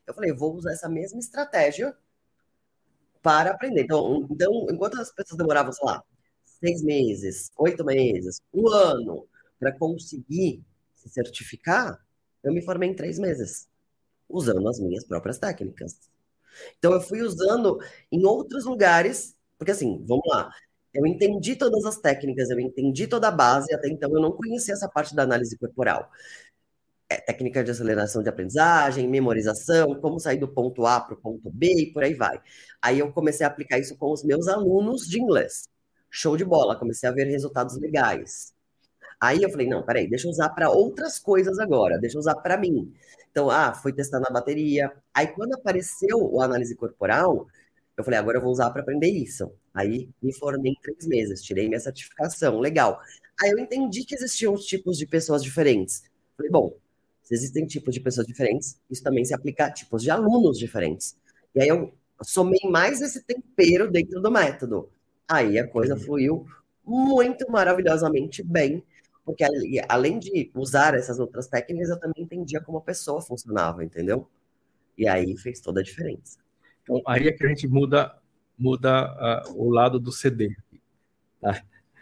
Eu falei, eu vou usar essa mesma estratégia para aprender. Então, então enquanto as pessoas demoravam, sei lá, seis meses, oito meses, um ano, para conseguir se certificar, eu me formei em três meses, usando as minhas próprias técnicas. Então, eu fui usando em outros lugares, porque assim, vamos lá, eu entendi todas as técnicas, eu entendi toda a base, até então eu não conhecia essa parte da análise corporal. É, técnica de aceleração de aprendizagem, memorização, como sair do ponto A para o ponto B e por aí vai. Aí eu comecei a aplicar isso com os meus alunos de inglês. Show de bola, comecei a ver resultados legais. Aí eu falei, não, peraí, deixa eu usar para outras coisas agora, deixa eu usar para mim. Então, ah, fui testar na bateria. Aí quando apareceu o análise corporal, eu falei, agora eu vou usar para aprender isso. Aí me formei em três meses, tirei minha certificação, legal. Aí eu entendi que existiam os tipos de pessoas diferentes. Falei, bom, se existem tipos de pessoas diferentes, isso também se aplica a tipos de alunos diferentes. E aí eu somei mais esse tempero dentro do método. Aí a coisa fluiu muito maravilhosamente bem, porque além de usar essas outras técnicas, eu também entendia como a pessoa funcionava, entendeu? E aí fez toda a diferença. Então, aí é que a gente muda, muda uh, o lado do C D. Tá?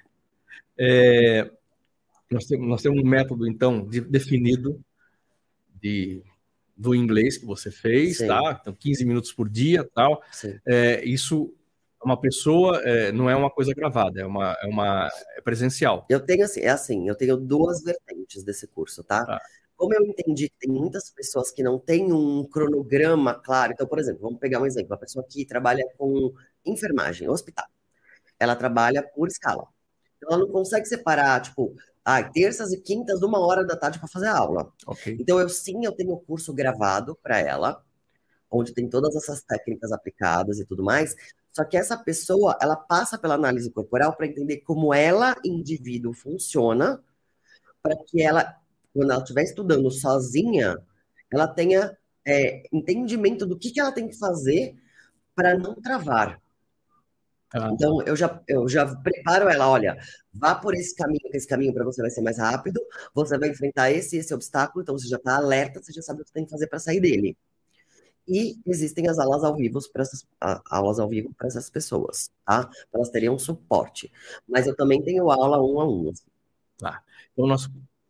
É, nós, temos, nós temos um método, então, de, definido de, do inglês que você fez, Sim. tá? Então, quinze minutos por dia, tal. Sim. É, isso, uma pessoa, é, não é uma coisa gravada, é uma, é uma é presencial. Eu tenho assim, é assim, eu tenho duas vertentes desse curso, tá? Tá. Como eu entendi que tem muitas pessoas que não têm um cronograma claro, então, por exemplo, vamos pegar um exemplo, uma pessoa que trabalha com enfermagem, hospital, ela trabalha por escala. Então, ela não consegue separar, tipo, ah, terças e quintas, uma hora da tarde para fazer aula. Okay. Então, eu sim, eu tenho o curso gravado para ela, onde tem todas essas técnicas aplicadas e tudo mais. Só que essa pessoa, ela passa pela análise corporal para entender como ela, indivíduo, funciona, para que ela, quando ela estiver estudando sozinha, ela tenha é, entendimento do que, que ela tem que fazer para não travar. Ah. Então, eu já, eu já preparo ela, olha, vá por esse caminho, que esse caminho para você vai ser mais rápido, você vai enfrentar esse esse obstáculo, então você já está alerta, você já sabe o que tem que fazer para sair dele. E existem as aulas ao vivo para essas aulas ao vivo para essas pessoas, tá? Elas teriam suporte. Mas eu também tenho aula um a um. Assim. Tá. Então, nosso...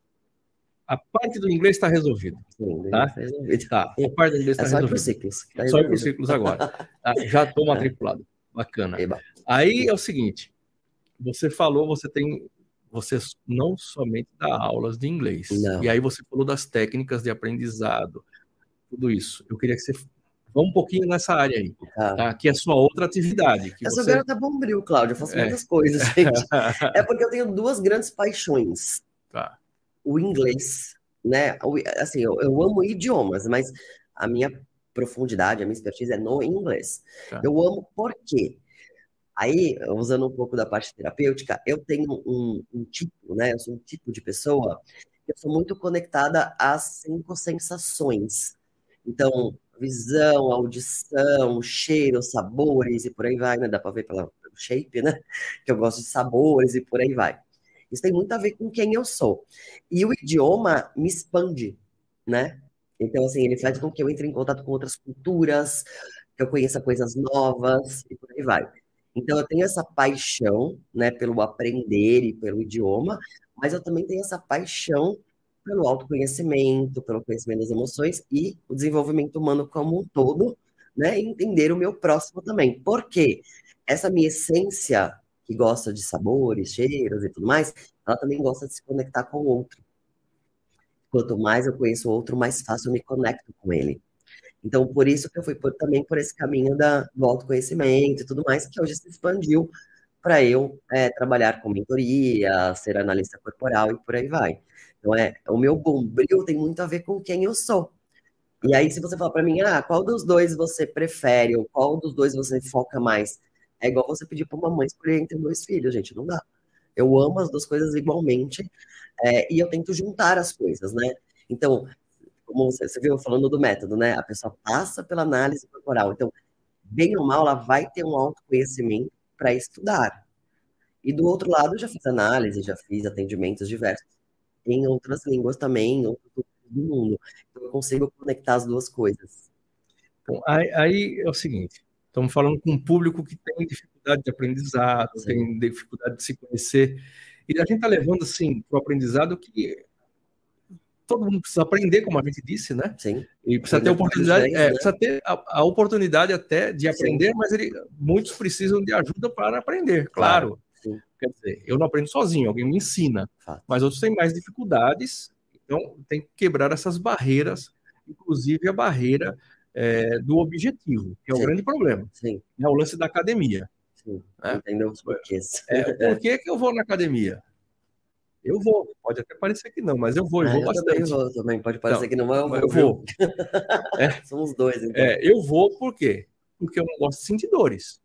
a parte do inglês está resolvida. Sim, tá? Está resolvido. Tá. A parte do inglês está é só resolvida. ir por ciclos. Tá só ir por ciclos agora. Tá? Já estou matriculado. Bacana. Eba. Aí é o seguinte, você falou, você tem, você não somente dá aulas de inglês. Não. E aí você falou das técnicas de aprendizado, tudo isso. Eu queria que você vá um pouquinho nessa área aí, tá. Tá? Que é a sua outra atividade. Que eu você... sou garota bombril, Cláudio, eu faço é. muitas coisas, gente. É porque eu tenho duas grandes paixões. Tá. O inglês, né? Assim, eu, eu amo idiomas, mas a minha profundidade, a minha expertise é no inglês. Tá. Eu amo porque... Aí, usando um pouco da parte terapêutica, eu tenho um, um tipo, né? Eu sou um tipo de pessoa que eu sou muito conectada às cinco sensações. Então, visão, audição, cheiro, sabores e por aí vai, né? Dá para ver pela, pelo shape, né? Que eu gosto de sabores e por aí vai. Isso tem muito a ver com quem eu sou. E o idioma me expande, né? Então, assim, ele faz com que eu entre em contato com outras culturas, que eu conheça coisas novas e por aí vai. Então, eu tenho essa paixão, né, pelo aprender e pelo idioma, mas eu também tenho essa paixão pelo autoconhecimento, pelo conhecimento das emoções e o desenvolvimento humano como um todo, né, e entender o meu próximo também. Por quê? Essa minha essência, que gosta de sabores, cheiros e tudo mais, ela também gosta de se conectar com o outro. Quanto mais eu conheço o outro, mais fácil eu me conecto com ele. Então, por isso que eu fui por, também por esse caminho da, do autoconhecimento e tudo mais, que hoje se expandiu para eu é, trabalhar com mentoria, ser analista corporal e por aí vai. Então, é, o meu bombril tem muito a ver com quem eu sou. E aí, se você falar para mim, ah, qual dos dois você prefere, ou qual dos dois você foca mais? É igual você pedir para uma mãe escolher entre dois filhos, gente, não dá. Eu amo as duas coisas igualmente, é, e eu tento juntar as coisas, né? Então, como você, você viu falando do método, né? A pessoa passa pela análise corporal. Então, bem ou mal, ela vai ter um autoconhecimento para estudar. E do outro lado, eu já fiz análise, já fiz atendimentos diversos em outras línguas também, em outros lugares do mundo. Então, eu consigo conectar as duas coisas. Então, aí, aí é o seguinte, estamos falando com um público que tem dificuldade de aprendizado, Sim. tem dificuldade de se conhecer, e a gente está levando, assim, para o aprendizado que todo mundo precisa aprender, como a gente disse, né? Sim. E precisa ter oportunidade, vez, é, né? precisa ter a, a oportunidade até de aprender, Sim. mas ele, muitos precisam de ajuda para aprender, claro. Claro. Quer dizer, eu não aprendo sozinho, alguém me ensina, Fato. mas outros têm mais dificuldades, então tem que quebrar essas barreiras, inclusive a barreira é, do objetivo, que é o Sim. grande problema. Sim. É o lance da academia. Sim. Né? Entendeu os porquês. É, por que, que eu vou na academia? Eu vou, pode até parecer que não, mas eu vou, eu Ah, vou eu bastante. também vou, também. Pode parecer então, que não, mas eu vou. Eu vou. É. Somos dois, então. É, eu vou por quê? Porque eu não gosto de sentir dores.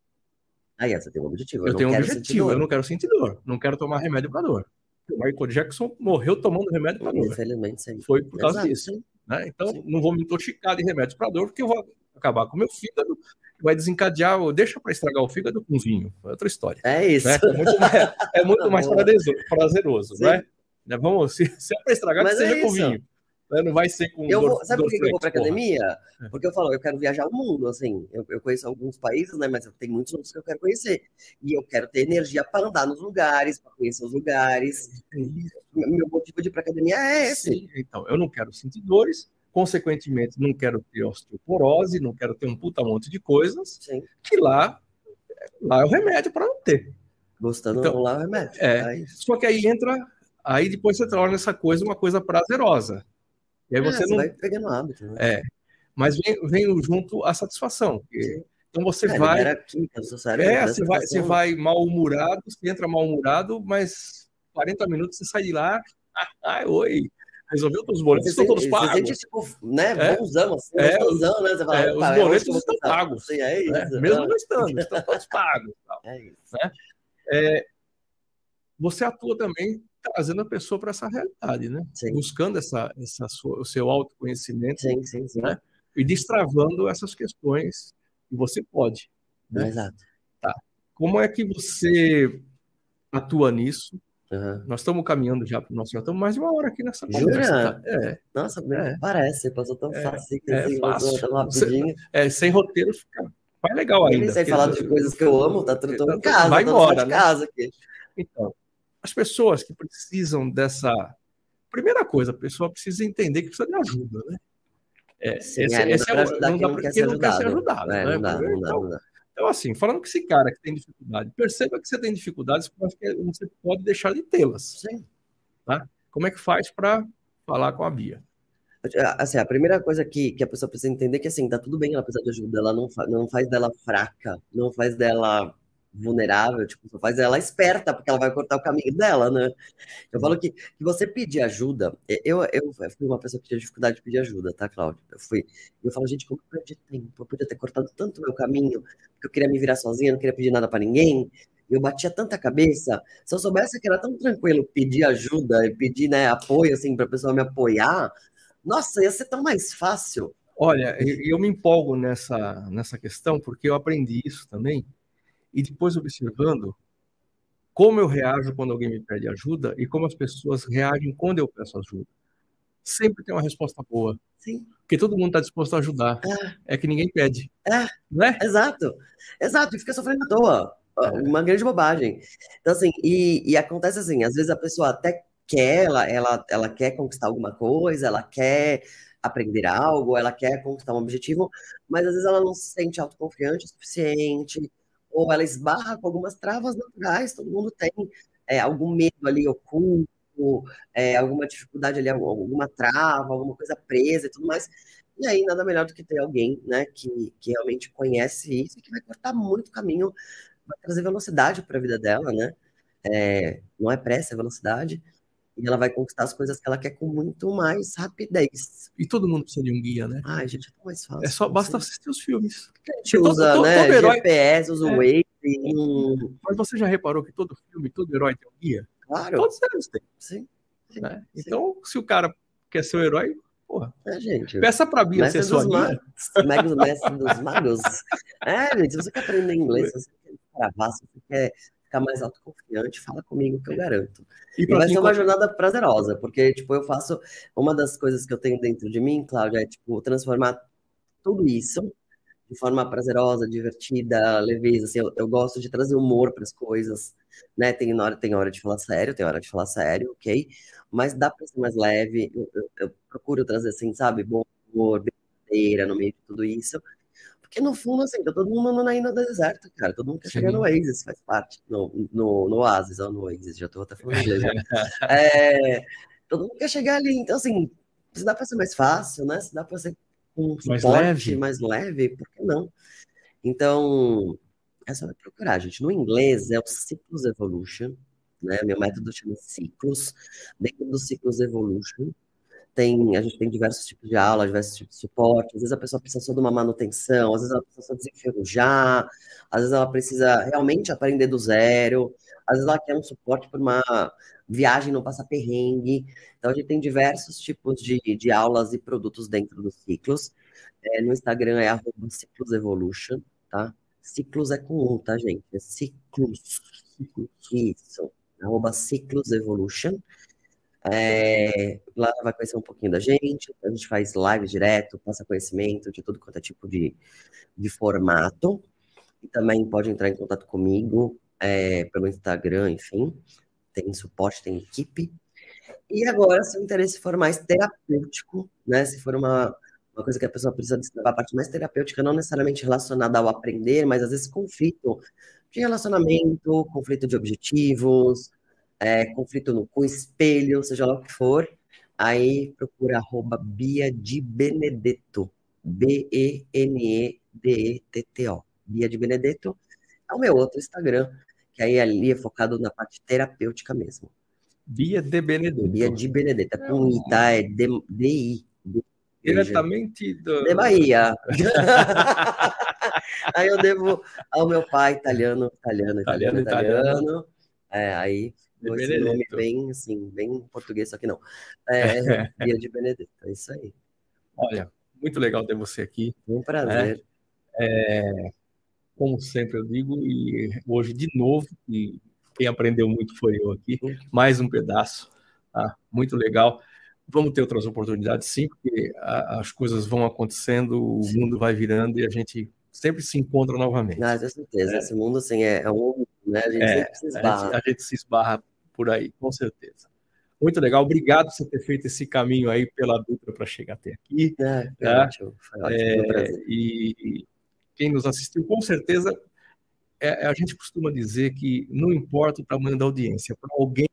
Aí, você tem um objetivo. Eu, eu não tenho um quero objetivo, eu não quero sentir dor. Não quero tomar remédio para dor. O Michael Jackson morreu tomando remédio para dor. Infelizmente, sim. Foi por causa Exato, disso. sim. Né? Então, sim. não vou me intoxicar de remédios para dor, porque eu vou acabar com o meu fígado, vai desencadear, deixa para estragar o fígado com vinho. É outra história. É isso. Né? É muito mais, é muito mais prazeroso. Né? Vamos, se, se é para estragar, Mas que seja é com isso. vinho. Não vai ser com eu dor, vou, Sabe dor por que flex, eu vou para academia? Porra. Porque eu falo, eu quero viajar o mundo, assim. Eu, eu conheço alguns países, né? Mas eu tenho muitos outros que eu quero conhecer. E eu quero ter energia para andar nos lugares, para conhecer os lugares. Meu motivo de ir para academia é esse. Sim, então, eu não quero sentir dores, consequentemente, não quero ter osteoporose, não quero ter um puta monte de coisas. Sim. Que lá, lá é o remédio para não ter. Gostando então, lá é o remédio. É, é só que aí entra, aí depois você torna essa coisa uma coisa prazerosa. E aí você, é, você não vai pegando hábito, né? É, mas vem, vem junto a satisfação. Então você é, vai. Química do seu cérebro, é, você vai, você vai mal-humorado, você entra mal-humorado, mas quarenta minutos você sai de lá. Ai, oi, resolveu todos os boletos, estão todos pagos. Você sente, tipo, né, é, bonzão, assim, é, gostosão, né? Você fala, é, os boletos estão tá? pagos. Sim, é isso. Né? Mesmo não estando, estão todos pagos. Tal, é isso. Né? É, você atua também trazendo a pessoa para essa realidade, né? Sim. Buscando essa, essa sua, o seu autoconhecimento, sim, sim, sim. Né? E destravando essas questões que você pode. Né? Exato. Tá. Como é que você atua nisso? Uhum. Nós estamos caminhando já para o nosso... Já estamos mais de uma hora aqui nessa Jura? conversa. Tá? É. Nossa, é. parece. Passou tão é. fácil. É, assim, fácil. Tão rapidinho. É, sem roteiro fica mais legal ainda. Nem sei falar de coisas que eu amo, tá tudo em casa. Vai embora, de né? casa aqui. Então, as pessoas que precisam dessa... Primeira coisa, a pessoa precisa entender que precisa de ajuda, né? É, Sim, esse, é, não esse dá é para o, ajudar não quem dá não pra, quer quem ser não quer ser ajudado. ajudado. É, né? não dá, não dá, então, não dá. então, assim, falando que esse cara que tem dificuldade, perceba que você tem dificuldades, porque você pode deixar de tê-las. Sim. Tá? Como é que faz para falar com a Bia? Assim, a primeira coisa que, que a pessoa precisa entender é que, assim, tá tudo bem ela precisar de ajuda, ela não, fa não faz dela fraca, não faz dela vulnerável, tipo, só faz ela esperta, porque ela vai cortar o caminho dela, né? Eu falo que, que você pedir ajuda, eu, eu fui uma pessoa que tinha dificuldade de pedir ajuda, tá, Cláudio? Eu fui, eu falo, gente, como eu perdi tempo? Eu podia ter cortado tanto o meu caminho, porque eu queria me virar sozinha, não queria pedir nada pra ninguém, eu batia tanta cabeça, se eu soubesse que era tão tranquilo pedir ajuda e pedir, né, apoio, assim, pra pessoa me apoiar, nossa, ia ser tão mais fácil. Olha, eu me empolgo nessa, nessa questão, porque eu aprendi isso também, e depois observando como eu reajo quando alguém me pede ajuda e como as pessoas reagem quando eu peço ajuda. Sempre tem uma resposta boa. Sim. Porque todo mundo está disposto a ajudar. É. é que ninguém pede. É, não é? Exato. Exato, e fica sofrendo à toa. É. Uma grande bobagem. Então, assim, e, e acontece assim, às vezes a pessoa até quer, ela, ela, ela quer conquistar alguma coisa, ela quer aprender algo, ela quer conquistar um objetivo, mas às vezes ela não se sente autoconfiante o suficiente, ou ela esbarra com algumas travas naturais, todo mundo tem é, algum medo ali oculto, é, alguma dificuldade ali, alguma trava, alguma coisa presa e tudo mais. E aí, nada melhor do que ter alguém, né, que, que realmente conhece isso e que vai cortar muito caminho, vai trazer velocidade para a vida dela, né? É, não é pressa, é velocidade. E ela vai conquistar as coisas que ela quer com muito mais rapidez. E todo mundo precisa de um guia, né? Ai, gente, é tão mais fácil. É só, basta assistir os filmes. A gente usa, todo, né, todo herói... G P S, usa o é. Waze. Um... Mas você já reparou que todo filme, todo herói tem um guia? Claro. Todos eles têm. Sim. sim, né? sim. Então, se o cara quer ser o herói, porra, é, gente, peça pra Bia ser sua guia. Magos, mestre dos magos. É, gente, se você quer aprender inglês, se você quer gravar, se você quer ficar mais autoconfiante, fala comigo que eu garanto. E, e vai ser uma jornada prazerosa, porque, tipo, eu faço... Uma das coisas que eu tenho dentro de mim, Cláudia, é, tipo, transformar tudo isso de forma prazerosa, divertida, leveza. Assim, eu, eu gosto de trazer humor para as coisas, né? Tem hora, tem hora de falar sério, tem hora de falar sério, ok? Mas dá para ser mais leve. Eu, eu, eu procuro trazer, assim, sabe, bom humor, brincadeira no meio de tudo isso. Porque no fundo, assim, tá todo mundo aí no deserto, cara. Todo mundo quer chegar no Oasis, faz parte. No, no, no Oasis, ou no Oasis, já tô até falando inglês. Né? É, todo mundo quer chegar ali. Então, assim, se dá para ser mais fácil, né? Se dá para ser um Mais suporte leve. mais leve, por que não? Então, é só procurar, gente. No inglês é o Cyclus Evolution, né? Meu método chama Cyclus. Dentro do Cyclus Evolution, tem, a gente tem diversos tipos de aula, diversos tipos de suporte. Às vezes a pessoa precisa só de uma manutenção, às vezes ela precisa só desenferrujar, às vezes ela precisa realmente aprender do zero, às vezes ela quer um suporte para uma viagem, não passar perrengue. Então a gente tem diversos tipos de, de aulas e produtos dentro dos Ciclos. É, no Instagram é arroba Ciclus Evolution, tá? Ciclus é com um, tá, gente? É Ciclus. Isso. Arroba Ciclus Evolution. É, lá vai conhecer um pouquinho da gente, a gente faz live direto, passa conhecimento de tudo quanto é tipo de, de formato, e também pode entrar em contato comigo é, pelo Instagram, enfim, tem suporte, tem equipe. E agora, se o interesse for mais terapêutico, né, se for uma, uma coisa que a pessoa precisa destravar, a parte mais terapêutica, não necessariamente relacionada ao aprender, mas às vezes conflito de relacionamento, conflito de objetivos, É, conflito no, com espelho, seja lá o que for, aí procura arroba Bia de Benedetto, B E N E D E T T O, Bia de Benedetto, é o meu outro Instagram, que aí ali é focado na parte terapêutica mesmo. Bia de Benedetto. Bia de Benedetto, é com I, tá? É D I. Diretamente do... De Bahia. Aí eu devo ao meu pai, italiano, italiano, italiano, italiano. italiano. É, aí esse nome bem, assim, bem português, só que não. É, Bia de Benedetto, é isso aí. Olha, muito legal ter você aqui. Um prazer. É, é, como sempre eu digo, e hoje de novo, e quem aprendeu muito foi eu aqui, mais um pedaço, tá? Muito legal. Vamos ter outras oportunidades, sim, porque a, as coisas vão acontecendo, o sim. mundo vai virando e a gente sempre se encontra novamente. Ah, com certeza. É. Esse mundo, assim, é, é um... Né? A gente é, sempre se esbarra. A gente, a gente se esbarra por aí, com certeza. Muito legal. Obrigado por você ter feito esse caminho aí pela Dutra para chegar até aqui. É, foi tá? ótimo. Foi ótimo. É, e quem nos assistiu, com certeza, é, a gente costuma dizer que não importa o tamanho da audiência, para alguém...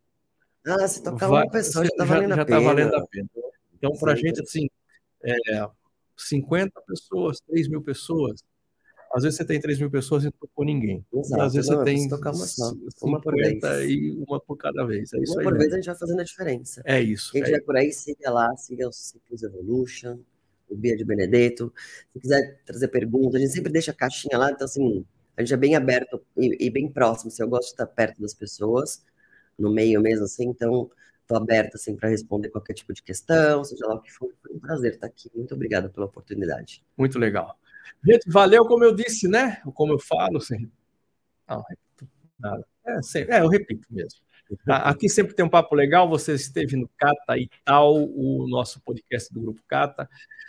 Ah, se tocar vai, uma pessoa, já está valendo, já tá valendo a pena. Então, para a gente, assim, é, cinquenta pessoas, três mil pessoas, às vezes você tem três mil pessoas e não tocou ninguém. Exato, às vezes não, você tem tocar uma, só, uma por vez. E uma por cada vez. É isso uma aí, por né? vez a gente vai fazendo a diferença. É isso. Quem é estiver isso. por aí, siga lá, siga o Cyclus Evolution, o Bia de Benedetto. Se quiser trazer perguntas, a gente sempre deixa a caixinha lá, então assim, a gente é bem aberto e, e bem próximo. Assim, eu gosto de estar perto das pessoas, no meio mesmo, assim, então estou aberto assim, para responder qualquer tipo de questão, seja lá o que for. Foi um prazer estar aqui. Muito obrigado pela oportunidade. Muito legal. Gente, valeu, como eu disse, né? Como eu falo, sempre... não, repito nada. É, sempre... é, eu repito mesmo. Aqui sempre tem um papo legal. Você esteve no Cata e tal, o nosso podcast do Grupo Cata.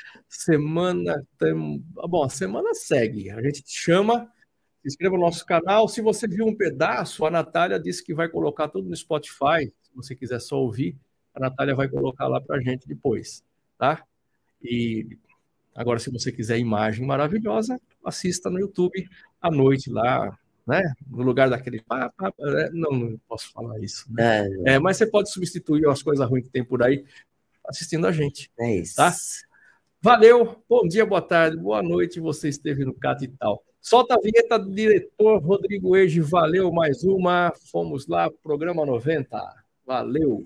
Semana tem... Bom, a semana segue. A gente te chama, se inscreva no nosso canal. Se você viu um pedaço, a Natália disse que vai colocar tudo no Spotify. Se você quiser só ouvir, a Natália vai colocar lá pra gente depois, tá? E... Agora, se você quiser imagem maravilhosa, assista no YouTube à noite lá, né? No lugar daquele... Pá, pá, pá, não, não posso falar isso. Né? É, é, mas você pode substituir as coisas ruins que tem por aí assistindo a gente. É isso. Tá? Valeu, bom dia, boa tarde, boa noite, você esteve no Cata e tal. Solta a vinheta do diretor Rodrigo Ege, valeu, mais uma. Fomos lá, programa noventa. Valeu.